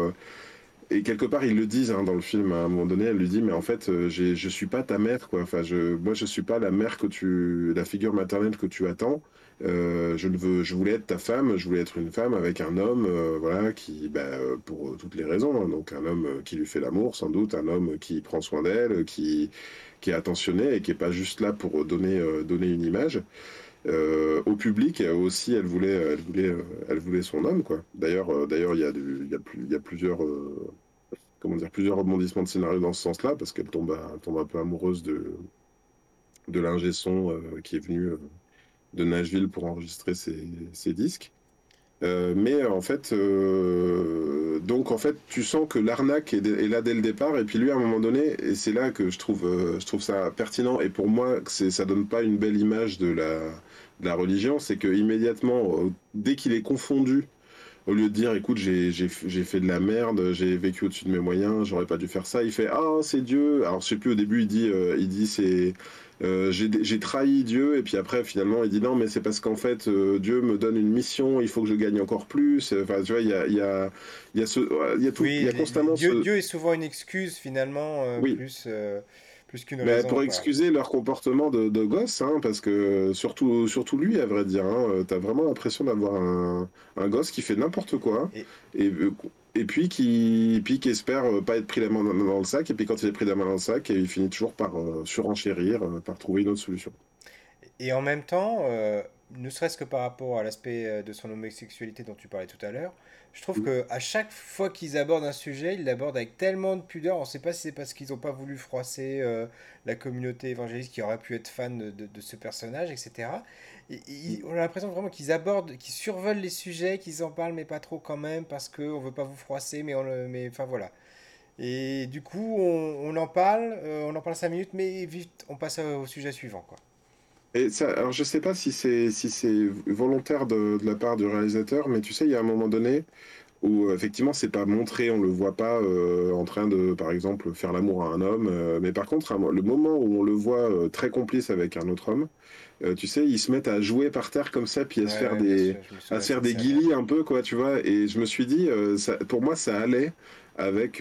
B: et quelque part, ils le disent hein, dans le film. À un moment donné, elle lui dit, mais en fait, je suis pas ta mère, quoi. Enfin, moi, je suis pas la mère la figure maternelle que tu attends. Je voulais être ta femme. Je voulais être une femme avec un homme, voilà, pour toutes les raisons. Hein. Donc, un homme qui lui fait l'amour, sans doute, un homme qui prend soin d'elle, qui est attentionné et qui est pas juste là pour donner une image au public aussi elle voulait son homme quoi d'ailleurs il y a plusieurs comment dire plusieurs rebondissements de scénario dans ce sens-là parce elle tombe un peu amoureuse de l'ingé son qui est venu de Nashville pour enregistrer ses disques mais en fait donc en fait tu sens que l'arnaque est là dès le départ et puis lui à un moment donné et c'est là que je trouve ça pertinent et pour moi ça donne pas une belle image de la religion c'est que immédiatement dès qu'il est confondu au lieu de dire écoute j'ai fait de la merde j'ai vécu au-dessus de mes moyens j'aurais pas dû faire ça il fait ah c'est Dieu alors je sais plus au début il dit c'est j'ai trahi Dieu et puis après finalement il dit non mais c'est parce qu'en fait Dieu me donne une mission il faut que je gagne encore plus enfin tu vois il y a constamment
A: Dieu est souvent une excuse finalement,
B: oui
A: plus qu'une
B: mais
A: raison,
B: pour
A: quoi.
B: excuser leur comportement de gosse, hein, parce que surtout lui, à vrai dire, hein, t'as vraiment l'impression d'avoir un gosse qui fait n'importe quoi,
A: Et,
B: et, euh, et puis qui espère pas être pris la main dans le sac, et puis quand il est pris la main dans le sac, il finit toujours par surenchérir, par trouver une autre solution.
A: Et en même temps, ne serait-ce que par rapport à l'aspect de son homosexualité dont tu parlais tout à l'heure, je trouve que à chaque fois qu'ils abordent un sujet, ils l'abordent avec tellement de pudeur. On ne sait pas si c'est parce qu'ils n'ont pas voulu froisser la communauté évangéliste qui aurait pu être fan de ce personnage, etc. On a l'impression vraiment qu'ils abordent, qu'ils survolent les sujets, qu'ils en parlent, mais pas trop quand même, parce qu'on ne veut pas vous froisser, mais enfin voilà. Et du coup, on en parle 5 minutes, mais vite, on passe au sujet suivant, quoi.
B: Et ça, alors je sais pas si c'est volontaire de la part du réalisateur, mais tu sais, il y a un moment donné où effectivement c'est pas montré, on le voit pas en train de, par exemple, faire l'amour à un homme, mais par contre, le moment où on le voit très complice avec un autre homme, tu sais, ils se mettent à jouer par terre comme ça, puis
A: Ouais, ouais, bien sûr, je me
B: à
A: souviens de
B: se faire
A: cette
B: des
A: scène.
B: guillis un peu, quoi, tu vois. Et je me suis dit, pour moi, ça allait avec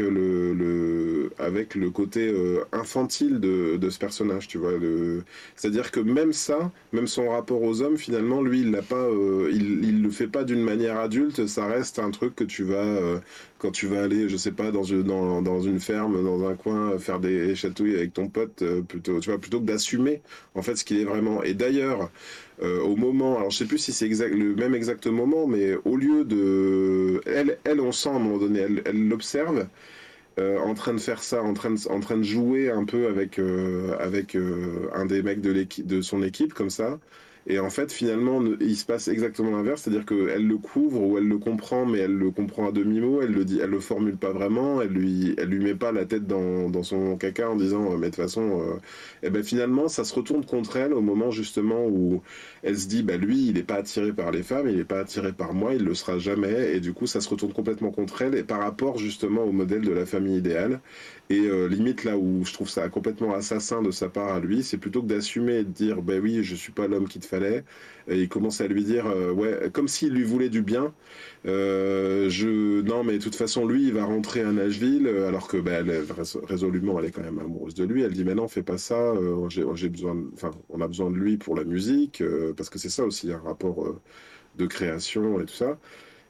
B: avec le côté infantile de ce personnage, tu vois. C'est-à-dire que même ça, même son rapport aux hommes, finalement, lui, il l'a pas, il le fait pas d'une manière adulte. Ça reste un truc que tu vas quand tu vas aller, je sais pas, dans une ferme, dans un coin, faire des chatouilles avec ton pote, plutôt, tu vois, plutôt que d'assumer en fait ce qu'il est vraiment. Et d'ailleurs, au moment, alors je sais plus si c'est le même exact moment, mais au lieu de, on sent à un moment donné, elle l'observe en train de faire ça, en train de jouer un peu avec un des mecs de son équipe comme ça. Et en fait, finalement, il se passe exactement l'inverse, c'est-à-dire qu'elle le couvre ou elle le comprend, mais elle le comprend à demi-mot, elle le dit, elle le formule pas vraiment, elle lui met pas la tête dans son caca en disant, mais de toute façon, et ben finalement, ça se retourne contre elle au moment justement où elle se dit, bah lui, il est pas attiré par les femmes, il est pas attiré par moi, il le sera jamais, et du coup, ça se retourne complètement contre elle, et par rapport justement au modèle de la famille idéale. Et limite là où je trouve ça complètement assassin de sa part à lui, c'est plutôt que d'assumer et de dire ben oui, je suis pas l'homme qu'il te fallait. Et il commence à lui dire ouais, comme s'il lui voulait du bien. Non mais de toute façon lui il va rentrer à Nashville alors que ben, résolument elle est quand même amoureuse de lui. Elle dit mais non fais pas ça. J'ai besoin, enfin on a besoin de lui pour la musique parce que c'est ça aussi un rapport de création et tout ça.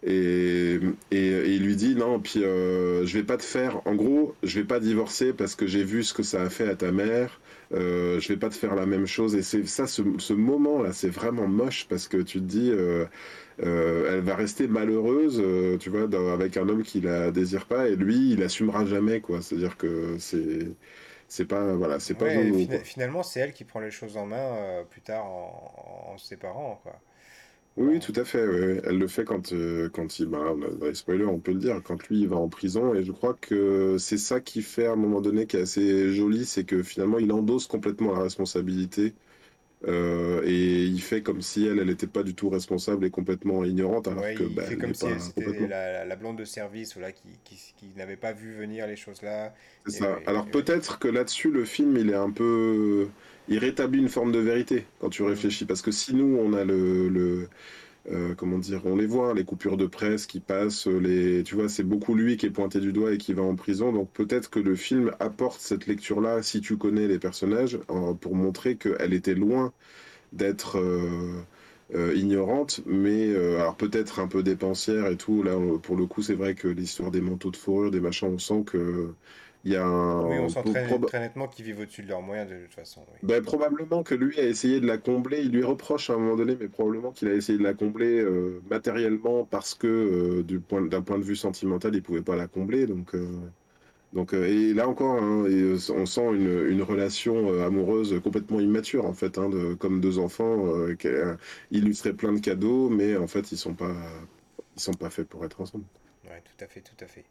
B: Et il lui dit non, puis je vais pas te faire, en gros, je vais pas divorcer parce que j'ai vu ce que ça a fait à ta mère. Je vais pas te faire la même chose. Et c'est ça, ce moment-là, c'est vraiment moche parce que tu te dis, elle va rester malheureuse, tu vois, avec un homme qui la désire pas et lui, il assumera jamais, quoi. C'est-à-dire que c'est pas, voilà, c'est pas
A: Ouais,
B: jojo, quoi.
A: finalement, c'est elle qui prend les choses en main plus tard en se séparant, quoi.
B: Oui, oui,
A: Voilà.
B: tout à fait. Ouais, ouais. Elle le fait quand il, bah, dans les spoilers, on peut le dire, quand lui il va en prison. Et je crois que c'est ça qui fait à un moment donné qui est assez joli, c'est que finalement il endosse complètement la responsabilité et il fait comme si elle n'était pas du tout responsable et complètement ignorante, alors
A: Ouais,
B: que
A: il
B: bah,
A: fait
B: elle
A: comme
B: l'est
A: si
B: pas
A: elle c'était
B: complètement.
A: la blonde de service voilà, qui n'avait pas vu venir les choses là.
B: C'est
A: Et
B: ça.
A: ouais,
B: Alors
A: ouais.
B: peut-être que là-dessus, le film, il est un peu... Il rétablit une forme de vérité quand tu
A: Mhm.
B: réfléchis. Parce que si nous, on a comment dire, on les voit, hein, les coupures de presse qui passent, tu vois, c'est beaucoup lui qui est pointé du doigt et qui va en prison. Donc peut-être que le film apporte cette lecture-là, si tu connais les personnages, pour montrer qu'elle était loin d'être ignorante, mais alors peut-être un peu dépensière et tout. Là, pour le coup, c'est vrai que l'histoire des manteaux de fourrure, des machins, on sent que il y a
A: Oui, on
B: un
A: sent très nettement qu'ils vivent au-dessus de leurs moyens de toute façon. Oui.
B: ben, probablement que lui a essayé de la combler, il lui reproche à un moment donné, mais probablement qu'il a essayé de la combler matériellement parce que d'un point de vue sentimental, il pouvait pas la combler. Et là encore, hein, on sent une relation amoureuse complètement immature en fait, hein, comme deux enfants. Il lui ferait plein de cadeaux, mais en fait, ils sont pas faits pour être ensemble.
A: Ouais, tout à fait, tout à fait.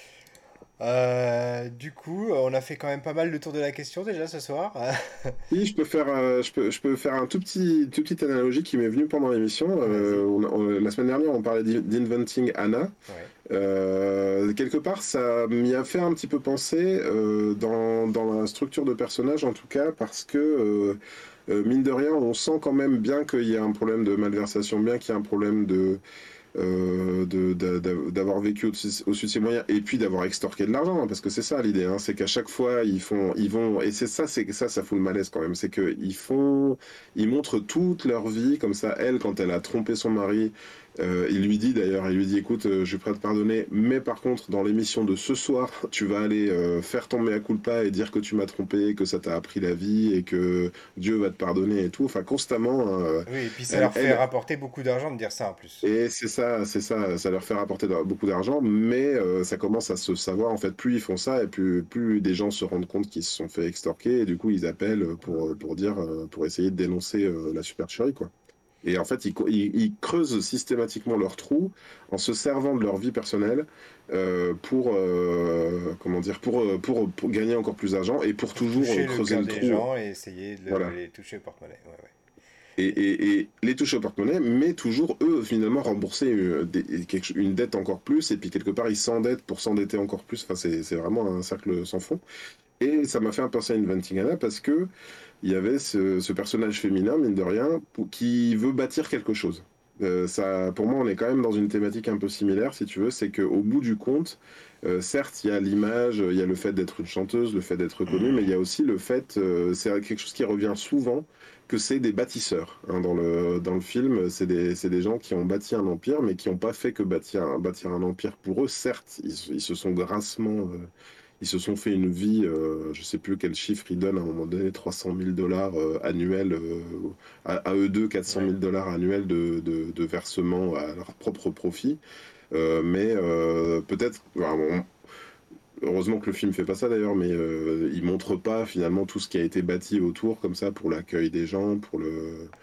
A: Du coup, on a fait quand même pas mal le tour de la question déjà ce soir.
B: Oui, je peux faire un toute petite analogie qui m'est venue pendant l'émission.
A: Vas-y.
B: La semaine dernière, on parlait d'Inventing Anna.
A: Ouais.
B: Quelque part, ça m'y a fait un petit peu penser dans la structure de personnage, en tout cas, parce que, mine de rien, on sent quand même bien qu'il y a un problème de malversation, bien qu'il y a un problème d'avoir vécu au-dessus de ses moyens et puis d'avoir extorqué de l'argent, hein, parce que c'est ça l'idée, hein, c'est qu'à chaque fois ils vont, et c'est ça, ça fout le malaise quand même, c'est que ils montrent toute leur vie comme ça. Elle, quand elle a trompé son mari, il lui dit d'ailleurs, il lui dit, écoute, je suis prêt à te pardonner, mais par contre, dans l'émission de ce soir, tu vas aller faire ton mea culpa et dire que tu m'as trompé, que ça t'a appris la vie et que Dieu va te pardonner et tout. Enfin, constamment, hein,
A: Oui, et puis ça
B: elle,
A: leur fait
B: elle,
A: rapporter beaucoup d'argent de dire ça en plus.
B: et ça leur fait rapporter beaucoup d'argent, mais ça commence à se savoir, en fait, plus ils font ça, et plus des gens se rendent compte qu'ils se sont fait extorquer, et du coup ils appellent pour dire, pour essayer de dénoncer la supercherie, quoi. Et en fait, ils creusent systématiquement leur trou en se servant de leur vie personnelle comment dire, pour gagner encore plus d'argent et pour
A: Pour
B: toujours
A: toucher le
B: creuser
A: cœur
B: le
A: des
B: trou.
A: gens et essayer de
B: Voilà.
A: les toucher au porte-monnaie. Ouais, ouais.
B: Et les toucher au porte-monnaie, mais toujours eux finalement rembourser une dette encore plus, et puis quelque part ils s'endettent pour s'endetter encore plus. Enfin, c'est vraiment un cercle sans fond. Et ça m'a fait un penser à Inventing Anna parce que il y avait ce personnage féminin, mine de rien, qui veut bâtir quelque chose. Ça, pour moi, on est quand même dans une thématique un peu similaire, si tu veux. C'est qu'au bout du compte, certes, il y a l'image, il y a le fait d'être une chanteuse, le fait d'être connue, mais il y a aussi le fait, c'est quelque chose qui revient souvent, que c'est des bâtisseurs. Hein, dans le film, c'est des gens qui ont bâti un empire, mais qui n'ont pas fait que bâtir un empire pour eux. Certes, ils se sont grassement ils se sont fait une vie, je sais plus quel chiffre ils donnent à un moment donné, 300 000 dollars annuels, à eux deux, 400
A: Ouais.
B: 000 dollars annuels de versement à leur propre profit. Mais peut-être, enfin, heureusement que le film fait pas ça d'ailleurs, mais il montre pas finalement tout ce qui a été bâti autour comme ça pour l'accueil des gens,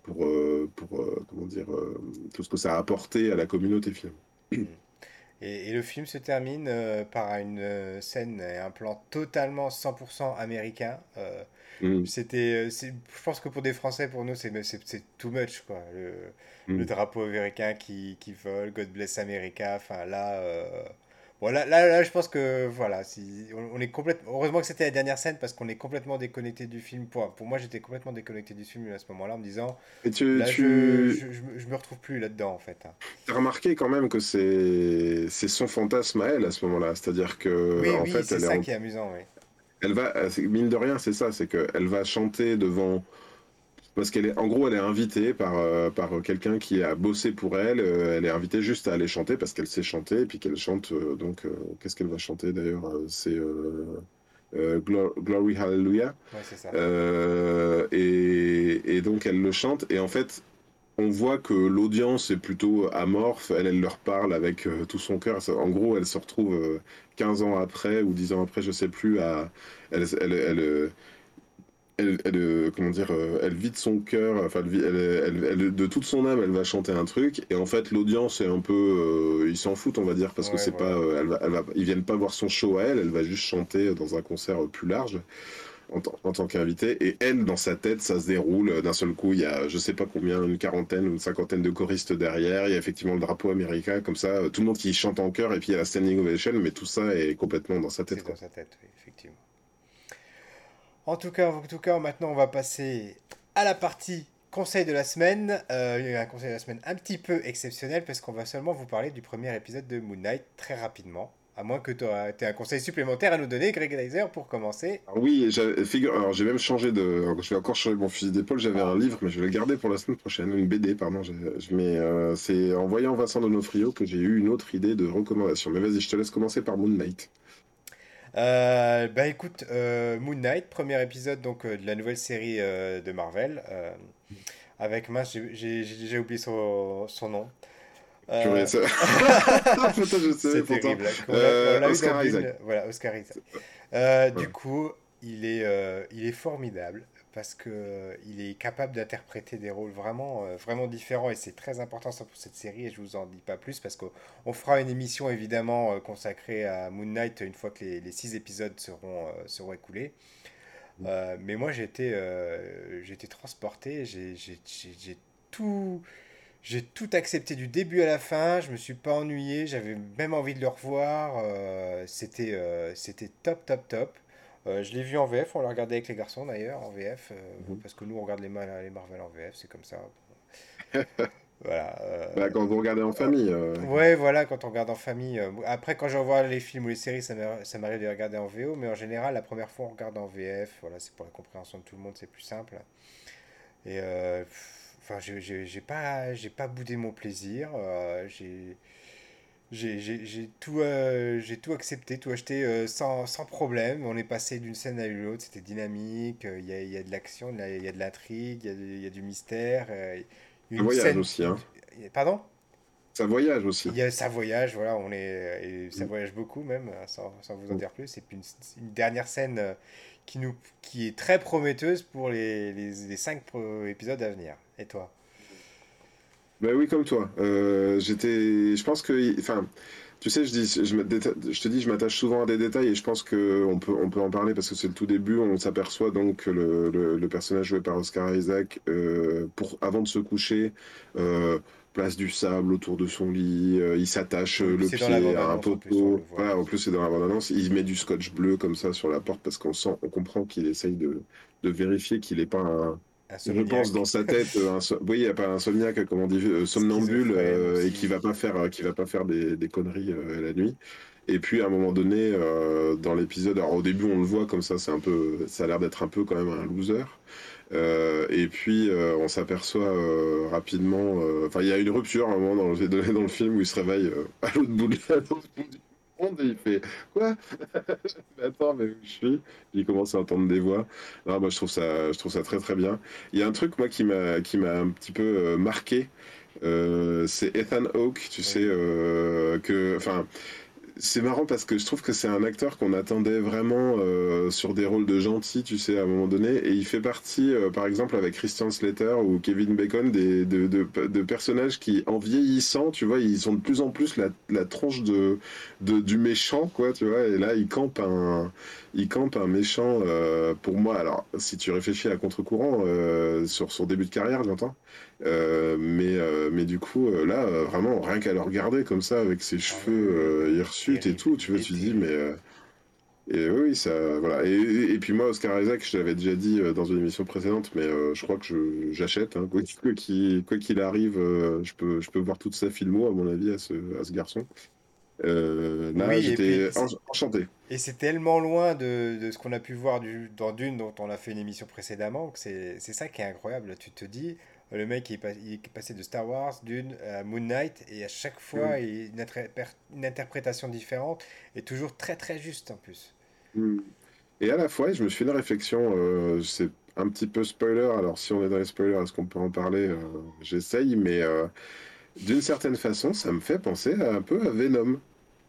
B: comment dire, tout ce que ça a apporté à la communauté finalement.
A: Mm. Et le film se termine par une scène et un plan totalement 100% américain.
B: Mm,
A: Je pense que pour des Français, pour nous, c'est too much, quoi. Le
B: mm.
A: drapeau américain qui vole, God bless America. Enfin, là, bon, là, je pense que, voilà, si, on est complètement. Heureusement que c'était la dernière scène parce qu'on est complètement déconnecté du film. Pour moi, j'étais complètement déconnecté du film à ce moment-là en me disant,
B: Et
A: là, je me retrouve plus là-dedans, en fait, hein.
B: as remarqué quand même que c'est son fantasme à elle à ce moment-là. C'est-à-dire que
A: Oui,
B: en
A: oui,
B: fait,
A: c'est ça qui est amusant, oui.
B: elle va, mine de rien, c'est ça, c'est qu'elle va chanter devant. Parce qu'elle est, en gros, elle est invitée par quelqu'un qui a bossé pour elle. Elle est invitée juste à aller chanter parce qu'elle sait chanter et puis qu'elle chante. Qu'est-ce qu'elle va chanter d'ailleurs? C'est Glory Hallelujah.
A: Ouais, c'est ça.
B: Et donc elle le chante. Et en fait, on voit que l'audience est plutôt amorphe. Elle leur parle avec tout son cœur. En gros, elle se retrouve 15 ans après ou 10 ans après, je sais plus, comment dire, elle vide son cœur, enfin, de toute son âme, elle va chanter un truc, et en fait, l'audience est un peu, ils s'en foutent, on va dire, parce que
A: Ouais,
B: c'est pas,
A: voilà.
B: ils viennent pas voir son show à elle, elle va juste chanter dans un concert plus large en tant qu'invitée, et elle, dans sa tête, ça se déroule. D'un seul coup, il y a, je sais pas combien, une quarantaine ou une cinquantaine de choristes derrière, il y a effectivement le drapeau américain, comme ça, tout le monde qui chante en chœur, et puis il y a la standing ovation, mais tout ça est complètement dans sa tête,
A: C'est dans
B: quoi.
A: sa tête, oui, effectivement. En tout cas, maintenant, on va passer à la partie conseil de la semaine. Il y a un conseil de la semaine un petit peu exceptionnel parce qu'on va seulement vous parler du premier épisode de Moon Knight très rapidement. À moins que tu aies un conseil supplémentaire à nous donner, Greg Reiser, pour commencer.
B: Alors oui, alors j'ai même changé je vais encore changer mon fusil d'épaule. J'avais un
A: Ah,
B: livre, mais je vais le garder pour la semaine prochaine. Une BD, pardon. Mais c'est en voyant Vincent Donofrio que j'ai eu une autre idée de recommandation. Mais vas-y, je te laisse commencer par Moon Knight.
A: bah écoute, Moon Knight, premier épisode donc de la nouvelle série de Marvel, avec mince, j'ai déjà oublié son nom.
B: Purée,
A: Euh,
B: ça. Putain, je savais
A: c'est
B: pourtant.
A: terrible, hein, on l'a eu dans
B: Oscar Isaac.
A: Dune, voilà, Oscar Isaac. Du
B: Voilà.
A: coup, il est formidable parce que il est capable d'interpréter des rôles vraiment différents et c'est très important ça pour cette série et je vous en dis pas plus parce qu'on fera une émission évidemment consacrée à Moon Knight une fois que les 6 épisodes seront écoulés. Mais moi j'ai été transporté, j'ai tout, j'ai tout accepté du début à la fin, je me suis pas ennuyé, j'avais même envie de le revoir. C'était top, top, top. Je l'ai vu en VF, on l'a regardé avec les garçons d'ailleurs, en VF,
B: Mhm.
A: parce que nous on regarde les Marvel en VF, c'est comme ça. Voilà.
B: Bah, quand vous regardez en famille.
A: Ouais, voilà, quand on regarde en famille. Après, quand je revois les films ou les séries, ça m'arrive de les regarder en VO, mais en général, la première fois, on regarde en VF. Voilà, c'est pour la compréhension de tout le monde, c'est plus simple. Et enfin, j'ai pas boudé mon plaisir. J'ai tout accepté, tout acheté sans problème. On est passé d'une scène à l'autre, c'était dynamique. Il y a de l'action, il y a de l'intrigue, il y a du mystère.
B: Ça
A: Une
B: voyage
A: scène.
B: aussi, hein.
A: Pardon?
B: Ça voyage aussi.
A: Ça voyage, voilà, et ça voyage beaucoup même, sans vous en dire plus. Et puis une dernière scène qui est très prometteuse pour les 5 épisodes à venir. Et toi?
B: Ben oui, comme toi. Je pense que, enfin, tu sais, je te dis, je m'attache souvent à des détails et je pense que on peut en parler parce que c'est le tout début. On s'aperçoit donc que le personnage joué par Oscar Isaac, avant de se coucher, euh, place du sable autour de son lit, il s'attache
A: Oui, puis
B: le
A: c'est dans la
B: pied à un
A: bande-annonce en plus, on le
B: poteau.
A: voit.
B: Voilà, en plus c'est dans la bande-annonce. Il met du scotch bleu comme ça sur la porte parce on comprend qu'il essaye de vérifier qu'il n'est pas je pense dans
A: Insomniaque,
B: sa tête, oui, il n'y a pas un insomniaque, comme on dit, somnambule,
A: schizophrène
B: et
A: aussi.
B: qui va pas faire des conneries la nuit. Et puis à un moment donné, dans l'épisode, alors au début on le voit comme ça, ça a l'air d'être un peu quand même un loser. Et puis on s'aperçoit rapidement, enfin il y a une rupture à un moment dans le film où il se réveille à l'autre bout à l'autre bout du monde et il fait quoi? Mais attends, mais où je suis? Il commence à entendre des voix. Non, moi, je trouve ça très très bien. Il y a un truc moi qui m'a un petit peu marqué. C'est Ethan Hawke, tu sais
A: Oui.
B: enfin, c'est marrant parce que je trouve que c'est un acteur qu'on attendait vraiment sur des rôles de gentil, tu sais, à un moment donné, et il fait partie, par exemple, avec Christian Slater ou Kevin Bacon, de personnages qui, en vieillissant, tu vois, ils ont de plus en plus la tronche du méchant, quoi, tu vois, et là, il campe un méchant, pour moi, alors, si tu réfléchis à contre-courant, sur son début de carrière, j'entends, mais du coup, là, vraiment, rien qu'à le regarder comme ça, avec ses
A: Ah
B: cheveux
A: ouais, il est
B: hirsutes et
A: terrible,
B: tout, tu
A: il
B: vois,
A: est
B: tu te dis, mais.
A: terrible.
B: Et oui, ça. Voilà. Et puis moi, Oscar Isaac, je l'avais déjà dit dans une émission précédente, mais je crois que j'achète, hein, quoi qu'il arrive, je peux voir toute sa filmo, à mon avis, à ce garçon. Là,
A: Oui, et puis
B: j'étais enchanté.
A: et c'est tellement loin de ce qu'on a pu voir dans Dune, dont on a fait une émission précédemment, que c'est ça qui est incroyable. Tu te dis, le mec il est passé de Star Wars, Dune, à Moon Knight, et à chaque fois, une interprétation différente, et toujours très très juste en plus.
B: Mm. Et à la fois, je me suis fait une réflexion, c'est un petit peu spoiler, alors si on est dans les spoilers, est-ce qu'on peut en parler? J'essaye, mais d'une certaine façon, ça me fait penser un peu à Venom.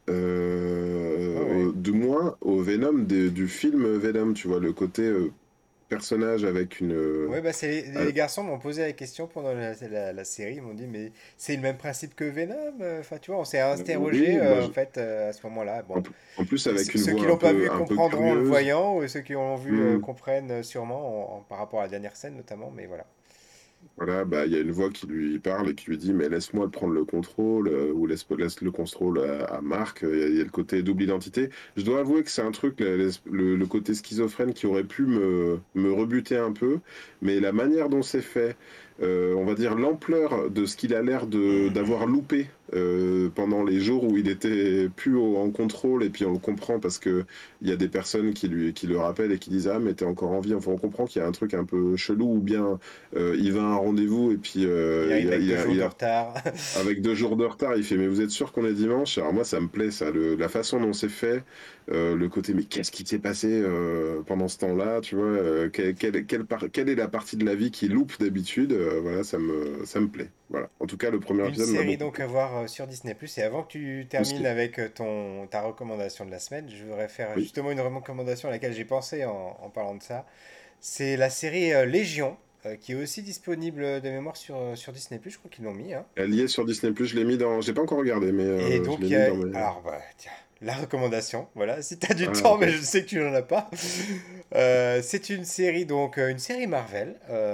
A: Ouais, ouais.
B: Du moins au Venom du film Venom, tu vois, le côté personnage avec une.
A: Ouais, bah les garçons m'ont posé la question pendant la série, ils m'ont dit, mais c'est le même principe que Venom? Enfin, tu vois, on s'est interrogé
B: Oui, moi,
A: en fait à ce moment-là.
B: en,
A: Bon,
B: en plus avec une
A: ceux qui
B: voix
A: l'ont pas vu
B: un peu
A: comprendront en le
B: curieuse.
A: voyant, ou ceux qui l'ont vu
B: Hmm.
A: comprennent sûrement par rapport à la dernière scène notamment, mais voilà.
B: Voilà, bah, il y a une voix qui lui parle et qui lui dit, mais laisse-moi prendre le contrôle, ou laisse le contrôle à Marc. Il y a le côté double identité. Je dois avouer que c'est un truc, le côté schizophrène qui aurait pu me rebuter un peu, mais la manière dont c'est fait, on va dire l'ampleur de ce qu'il a l'air d'avoir loupé pendant les jours où il était plus en contrôle, et puis on le comprend parce que il y a des personnes qui le rappellent et qui disent, ah mais t'es encore en vie. Enfin, on comprend qu'il y a un truc un peu chelou, ou bien il va à un rendez-vous et puis
A: Il arrive avec 2 jours de retard.
B: avec 2 jours de retard, il fait mais vous êtes sûr qu'on est dimanche? Alors moi ça me plaît ça, la façon dont c'est fait, le côté mais qu'est-ce qui s'est passé pendant ce temps-là, tu vois, quelle est la partie de la vie qui loupe d'habitude, voilà ça me plaît. Voilà. En tout cas le premier
A: Une
B: épisode m'a
A: série
B: beaucoup
A: donc
B: plu.
A: à voir sur Disney+. Et avant que tu termines
B: Aussi.
A: avec ta recommandation de la semaine, je voudrais faire
B: Oui.
A: justement une recommandation à laquelle j'ai pensé en parlant de ça. C'est la série Légion, qui est aussi disponible de mémoire sur Disney+. Je crois qu'ils l'ont mis, hein.
B: Elle y est sur Disney+, je l'ai mis dans, j'ai pas encore regardé mais
A: Et
B: je
A: donc,
B: l'ai
A: il y
B: mis
A: a...
B: dans mes.
A: Alors, bah, tiens, la recommandation, voilà, si tu as du
B: Ah
A: temps,
B: ok.
A: mais je sais que tu n'en as pas. C'est une série, donc, une série Marvel,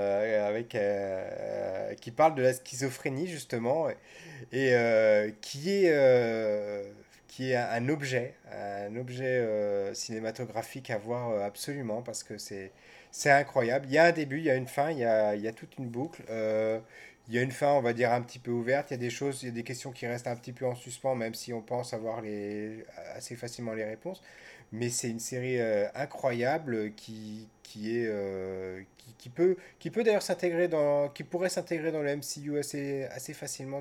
A: qui parle de la schizophrénie, justement, et qui est un objet cinématographique à voir absolument, parce que c'est incroyable. Il y a un début, il y a une fin, il y a toute une boucle. Il y a une fin, on va dire, un petit peu ouverte. Il y a des choses, il y a des questions qui restent un petit peu en suspens, même si on pense avoir assez facilement les réponses. Mais c'est une série incroyable qui peut d'ailleurs qui pourrait s'intégrer dans le MCU assez facilement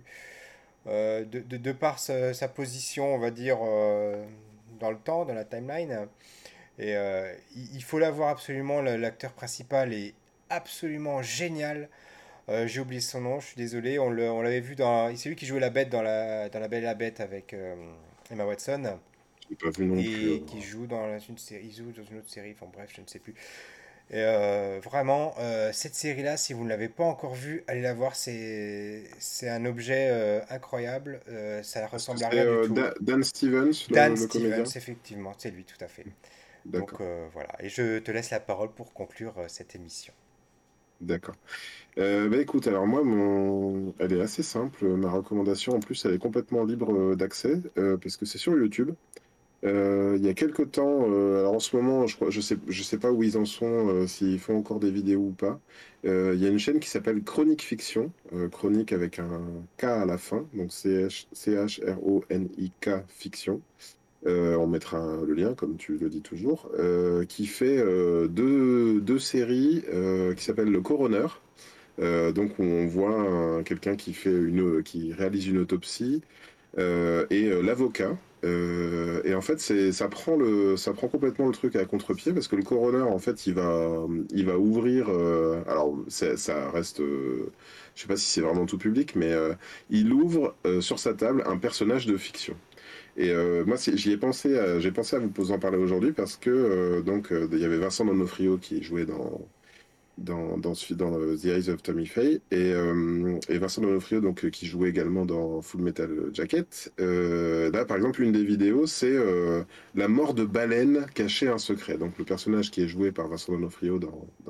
A: de par sa position, on va dire, dans le temps, dans la timeline. Et il faut la voir absolument. L'acteur principal est absolument génial. J'ai oublié son nom, je suis désolé. On l'avait vu c'est lui qui jouait la bête dans La Belle et la Bête avec Emma Watson.
B: J'ai pas vu non plus.
A: Et qui joue dans une série, il joue dans une autre série, enfin bref, je ne sais plus. Et vraiment, cette série-là, si vous ne l'avez pas encore vue, allez la voir, c'est un objet incroyable, ça
B: Est-ce que
A: ressemble à
B: c'est
A: rien du tout.
B: Dan Stevens,
A: Dan
B: le comédien?
A: Stevens, effectivement, c'est lui, tout à fait. Donc
B: D'accord,
A: voilà, et je te laisse la parole pour conclure cette émission.
B: d'accord. Bah écoute, alors moi, elle est assez simple, ma recommandation. En plus, elle est complètement libre d'accès, parce que c'est sur YouTube. Il y a quelques temps, alors en ce moment, je sais pas où ils en sont, s'ils font encore des vidéos ou pas. Il y a une chaîne qui s'appelle Chronique Fiction, Chronique avec un K à la fin, donc CHRONIK Fiction. On mettra le lien, comme tu le dis toujours, qui fait deux séries qui s'appellent Le Coroner. Donc on voit quelqu'un qui réalise une autopsie, et l'avocat. Et en fait, ça prend complètement le truc à contre-pied parce que le coroner, en fait, il va ouvrir. Alors, ça reste. Je sais pas si c'est vraiment tout public, mais il ouvre sur sa table un personnage de fiction. Et moi, j'y ai pensé, j'ai pensé à vous en parler aujourd'hui parce que il y avait Vincent D'Onofrio qui jouait dans The Eyes of Tommy Faye et Vincent D'Onofrio qui jouait également dans Full Metal Jacket. Là, par exemple, une des vidéos, c'est la mort de Baleine cachait un secret. Donc le personnage qui est joué par Vincent D'Onofrio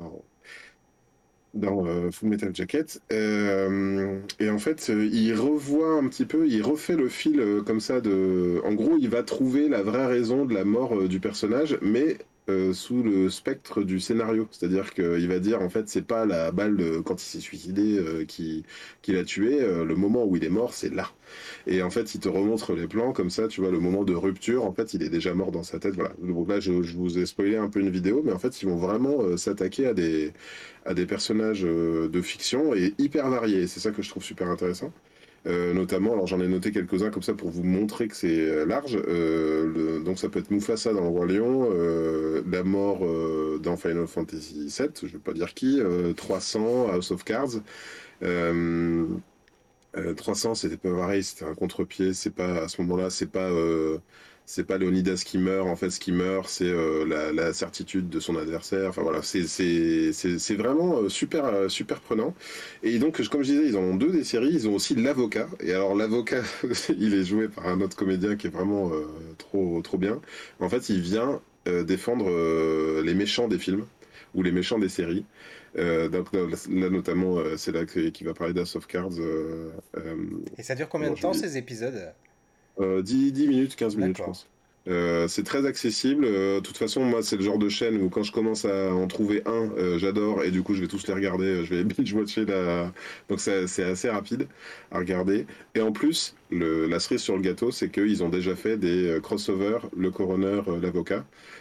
B: dans Full Metal Jacket. Et en fait, il revoit un petit peu, il refait le fil comme ça de. En gros, il va trouver la vraie raison de la mort du personnage, mais sous le spectre du scénario. C'est-à-dire qu'il va dire, en fait, c'est pas la balle quand il s'est suicidé qui l'a tué. Le moment où il est mort, c'est là. Et en fait, il te remontre les plans comme ça, tu vois, le moment de rupture. En fait, il est déjà mort dans sa tête. Voilà. Donc là, je vous ai spoilé un peu une vidéo, mais en fait, ils vont vraiment s'attaquer à des personnages de fiction et hyper variés. C'est ça que je trouve super intéressant. Notamment, alors j'en ai noté quelques-uns comme ça pour vous montrer que c'est large. Donc ça peut être Mufasa dans le Roi Lion, la mort dans Final Fantasy VII, je ne vais pas dire qui, 300, House of Cards. Euh, 300, c'était pas pareil, c'était un contre-pied. C'est pas à ce moment-là, c'est pas Léonidas qui meurt. En fait, ce qui meurt, c'est la certitude de son adversaire. Enfin voilà, c'est vraiment super prenant. Et donc, comme je disais, ils en ont deux des séries. Ils ont aussi l'avocat. Et alors l'avocat, il est joué par un autre comédien qui est vraiment trop bien. En fait, il vient défendre les méchants des films ou les méchants des séries. Donc là, notamment, c'est là qu'il va parler d'House of Cards.
A: Et ça dure combien
B: Alors,
A: de temps ces épisodes?
B: 10 minutes, 15 minutes, je
A: D'accord.
B: pense. C'est très accessible. De toute façon, moi, c'est le genre de chaîne où quand je commence à en trouver un, j'adore et du coup, je vais tous les regarder. Je vais binge-watcher la. Donc, c'est assez rapide à regarder. Et en plus, la cerise sur le gâteau, c'est qu'ils ont déjà fait des crossovers, le coroner, l'avocat.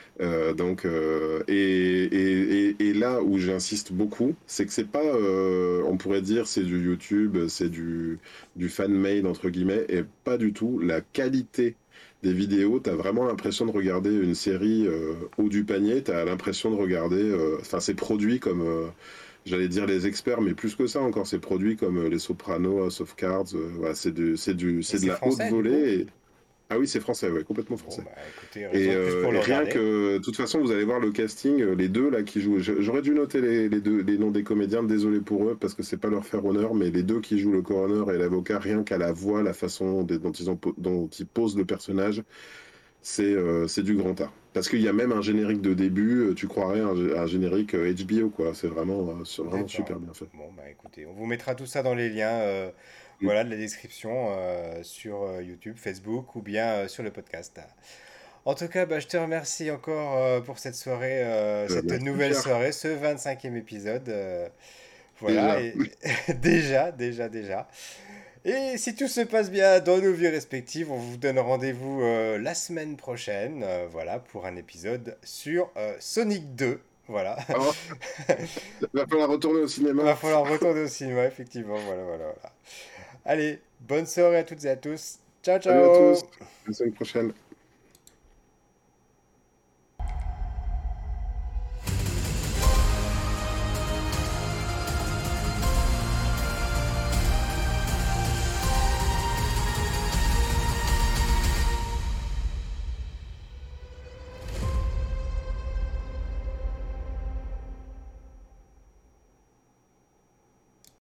B: Et là où j'insiste beaucoup, c'est que c'est pas, on pourrait dire, c'est du YouTube, c'est du fan-made entre guillemets, et pas du tout la qualité des vidéos. T'as vraiment l'impression de regarder une série haut du panier. T'as l'impression de regarder, enfin, c'est produit comme, j'allais dire les experts, mais plus que ça encore, c'est produit comme Les Sopranos, House of Cards. Voilà,
A: Et
B: c'est de
A: c'est
B: la haute
A: français du coup?
B: volée. Ah oui, c'est français, ouais, complètement
A: Bon,
B: français.
A: bah écoutez, raison de plus pour
B: Et
A: le
B: rien
A: regarder.
B: que, de toute façon, vous allez voir le casting, les deux là qui jouent. J'aurais dû noter les noms des comédiens, désolé pour eux, parce que c'est pas leur faire honneur, mais les deux qui jouent le coroner et l'avocat, rien qu'à la voix, la façon dont ils posent le personnage, c'est du grand art. Parce qu'il y a même un générique de début, tu croirais un générique HBO, quoi. C'est vraiment, vraiment
A: D'accord.
B: super bien fait.
A: Bon, bah écoutez, on vous mettra tout ça dans les liens
B: Mm.
A: voilà, de la description sur YouTube, Facebook ou bien sur le podcast. En tout cas, bah, je te remercie encore pour cette soirée, cette
B: Merci,
A: nouvelle
B: Pierre.
A: soirée, ce 25e épisode. Voilà,
B: Déjà.
A: et déjà. Et si tout se passe bien dans nos vies respectives, on vous donne rendez-vous la semaine prochaine, voilà, pour un épisode sur Sonic 2. Voilà.
B: Oh, va falloir retourner au cinéma.
A: Va falloir retourner au cinéma, effectivement. Voilà. Allez, bonne soirée à toutes et à tous. Ciao,
B: Salut à tous.
A: ciao!
B: À la semaine prochaine.